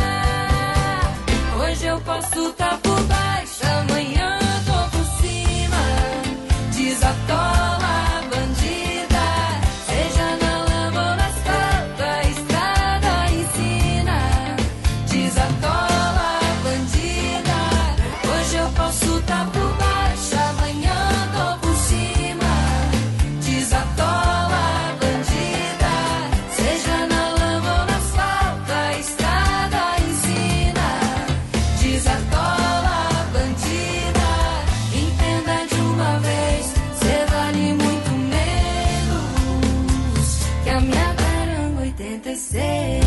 Hoje eu posso tá por baixo, amanhã tô por cima. Desatola. Desatola. a minha caranga oitenta e seis.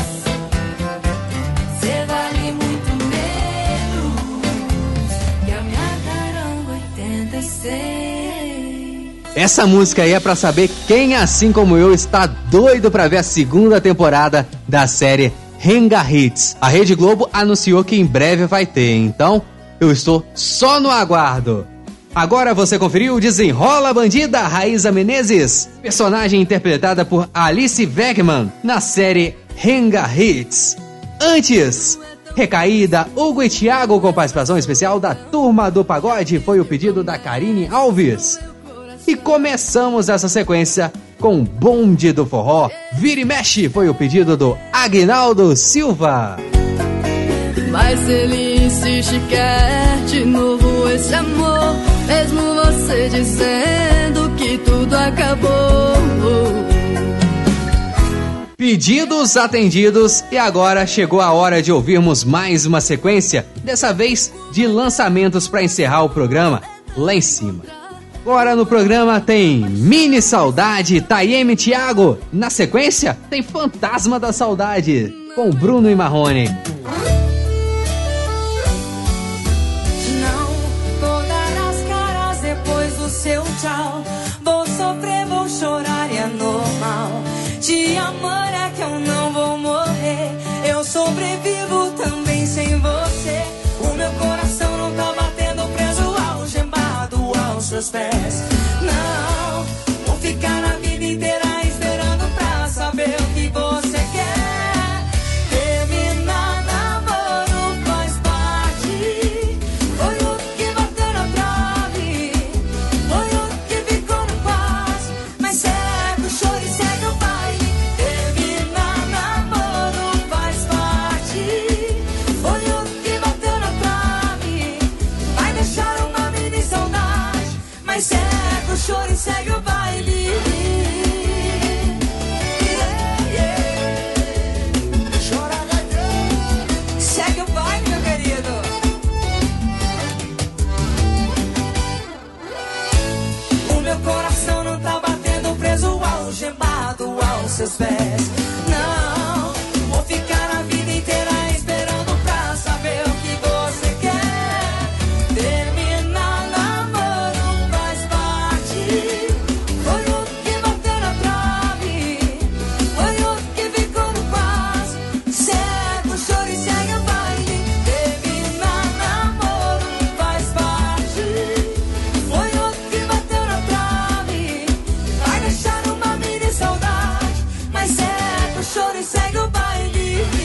Cê vale muito menos que a minha caranga oitenta e seis. Essa música aí é pra saber quem, assim como eu, está doido pra ver a segunda temporada da série Renga Hits. A Rede Globo anunciou que em breve vai ter, então eu estou só no aguardo. Agora você conferiu o Desenrola Bandida, Raíza Menezes, personagem interpretada por Alice Wegman na série Renga Hits. Antes, Recaída, Hugo e Thiago com participação especial da Turma do Pagode, foi o pedido da Karine Alves. E começamos essa sequência com Bonde do Forró, Vira e Mexe, foi o pedido do Aguinaldo Silva. Mas ele insiste, quer de novo esse amor, mesmo você dizendo que tudo acabou. Pedidos atendidos, e agora chegou a hora de ouvirmos mais uma sequência, dessa vez de lançamentos para encerrar o programa lá em cima. Agora no programa tem Mini Saudade, Taime e Thiago. Na sequência tem Fantasma da Saudade, com Bruno e Marrone. Seu tchau, vou sofrer, vou chorar e é normal. Te amar é que eu não vou morrer. Eu sobrevivo também sem você. O meu coração não tá batendo, preso algemado aos seus pés. Não, vou ficar a vida inteira esperando pra saber o que você quer. Terminar namoro faz parte. Foi o que bateu na trave. Foi o que ficou no passo. Mas segue o choro e segue o baile. Terminar namoro faz parte. Foi o que bateu na trave. Vai deixar uma mini saudade. Mas segue o choro e segue o baile. Yeah, yeah. Chora, gaitão. Segue o baile, meu querido. O meu coração não tá batendo, preso algemado aos seus pés. Não, vou ficar a vida inteira esperando pra saber o que você quer. Terminar namoro faz parte. Foi o que bateu na trave. Foi o que ficou no passo. Segue o choro e segue o baile. Terminar namoro faz parte. Foi o que bateu na trave. Vai deixar uma mini saudade. Mas segue o choro e segue o baile.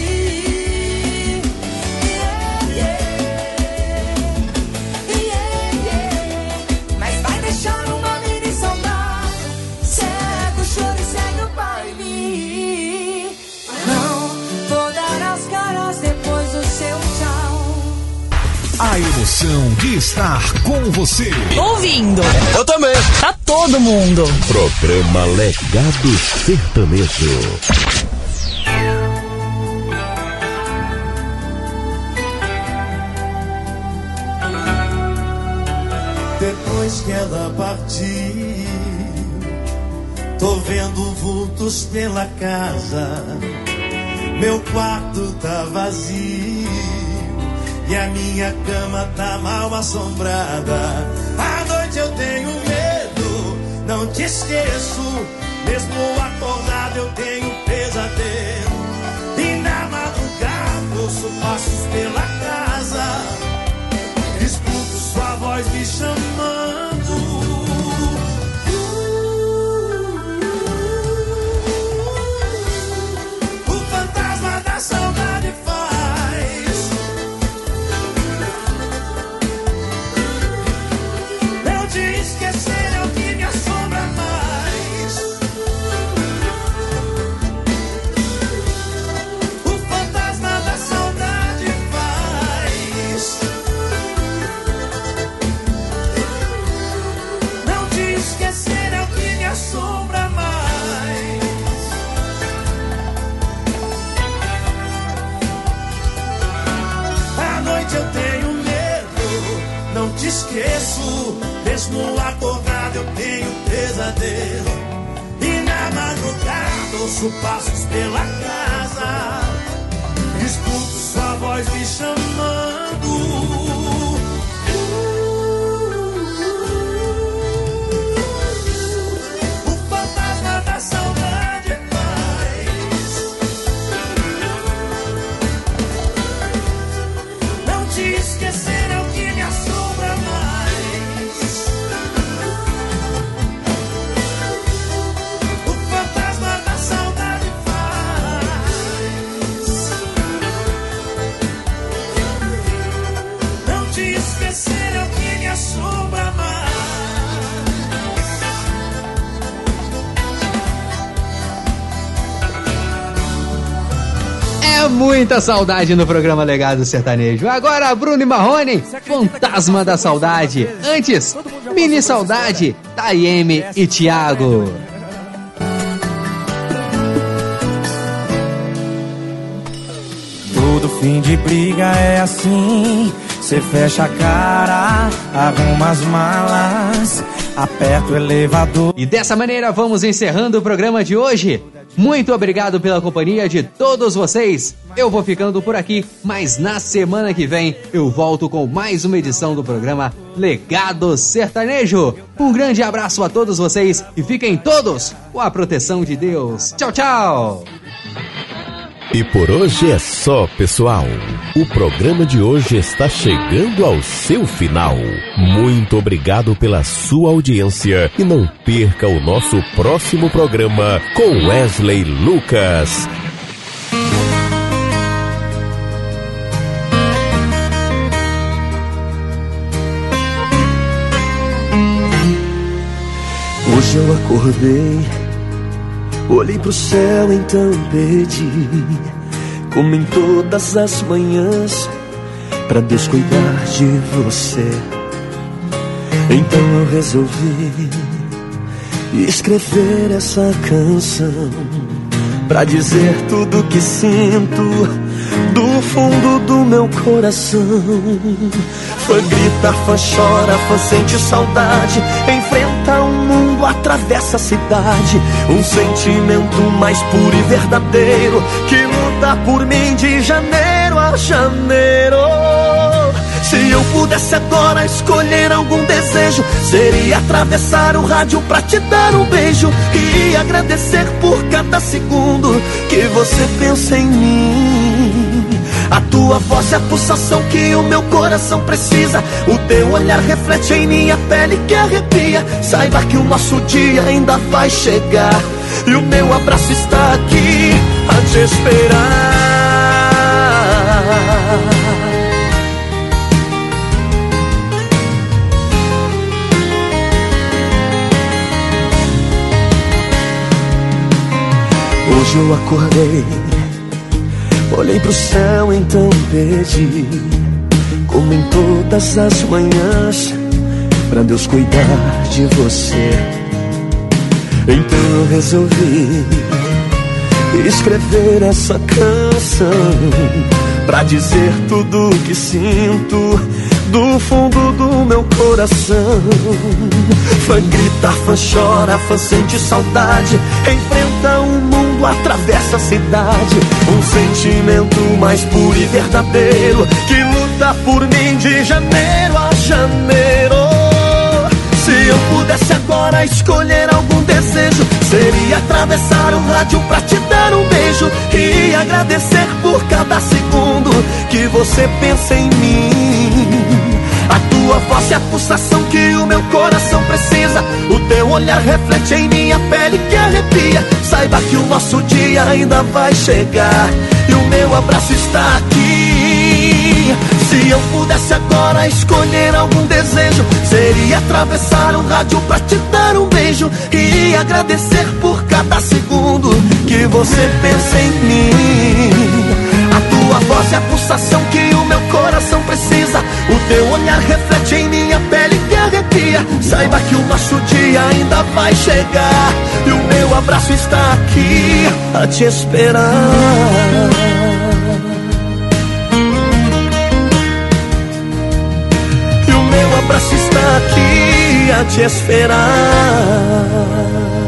Yeah, yeah. Yeah, yeah. Mas vai deixar uma mini saudade. Segue o choro e segue o baile. Não vou dar as caras depois do seu tchau. A emoção de estar com você. Ouvindo. Eu também. Tá todo mundo. Programa Legado Sertanejo. Depois que ela partiu, tô vendo vultos pela casa. Meu quarto tá vazio e a minha cama tá mal assombrada. À noite eu tenho medo, não te esqueço. Mesmo acordado eu tenho pesadelo. E na madrugada ouço passos pela casa. Escuto sua voz me chamando. O fantasma da saudade faz eu te esquecer, é o que me assombra mais. O fantasma da saudade faz não te esquecer, é o que me assombra mais. À noite eu tenho medo, não te esqueço. Mesmo acordado eu tenho pesadelo. E na madrugada ouço passos pela casa, escuto sua voz me chamando. O fantasma da saudade faz. Não te esquecer é o que me assombra mais. O fantasma da saudade faz. Não te esquecer é o que me assombra mais. É muita saudade no programa Legado Sertanejo. Agora, Bruno e Marrone, Fantasma da Saudade. Antes, Mini Saudade, Tayeme e Thiago. Todo fim de briga é assim. Cê fecha a cara, arruma as malas, aperta o elevador. E dessa maneira vamos encerrando o programa de hoje. Muito obrigado pela companhia de todos vocês. Eu vou ficando por aqui, mas na semana que vem eu volto com mais uma edição do programa Legado Sertanejo. Um grande abraço a todos vocês e fiquem todos com a proteção de Deus. Tchau, tchau! E por hoje é só, pessoal. O programa de hoje está chegando ao seu final. Muito obrigado pela sua audiência e não perca o nosso próximo programa com Wesley Lucas. Hoje eu acordei, olhei pro céu, então pedi, como em todas as manhãs, pra Deus cuidar de você. Então eu resolvi escrever essa canção, pra dizer tudo que sinto do fundo do meu coração. Fã grita, fã chora, fã sente saudade, enfrenta o mundo, atravessa a cidade. Um sentimento mais puro e verdadeiro que luta por mim de janeiro a janeiro. Se eu pudesse agora escolher algum desejo, seria atravessar o rádio pra te dar um beijo e agradecer por cada segundo que você pensa em mim. A tua voz é a pulsação que o meu coração precisa. O teu olhar reflete em minha pele que arrepia. Saiba que o nosso dia ainda vai chegar e o meu abraço está aqui a te esperar. Hoje eu acordei, olhei pro céu, então pedi, como em todas as manhãs, pra Deus cuidar de você. Então eu resolvi escrever essa canção, pra dizer tudo que sinto do fundo do meu coração. Fã grita, fã chora, fã sente saudade, enfrenta o mundo, atravessa a cidade. Um sentimento mais puro e verdadeiro que luta por mim de janeiro a janeiro. Se eu pudesse agora escolher algum desejo, seria atravessar o rádio pra te dar um beijo e agradecer por cada segundo que você pensa em mim. A tua voz é a pulsação que o meu coração precisa. O teu olhar reflete em minha pele que arrepia. Saiba que o nosso dia ainda vai chegar e o meu abraço está aqui. Se eu pudesse agora escolher algum desejo, seria atravessar o rádio pra te dar um beijo e agradecer por cada segundo que você pensa em mim. A tua voz é a pulsação que o meu coração precisa. O teu olhar reflete em minha pele que arrepia. Saiba que o nosso dia ainda vai chegar e o meu abraço está aqui a te esperar. E o meu abraço está aqui a te esperar.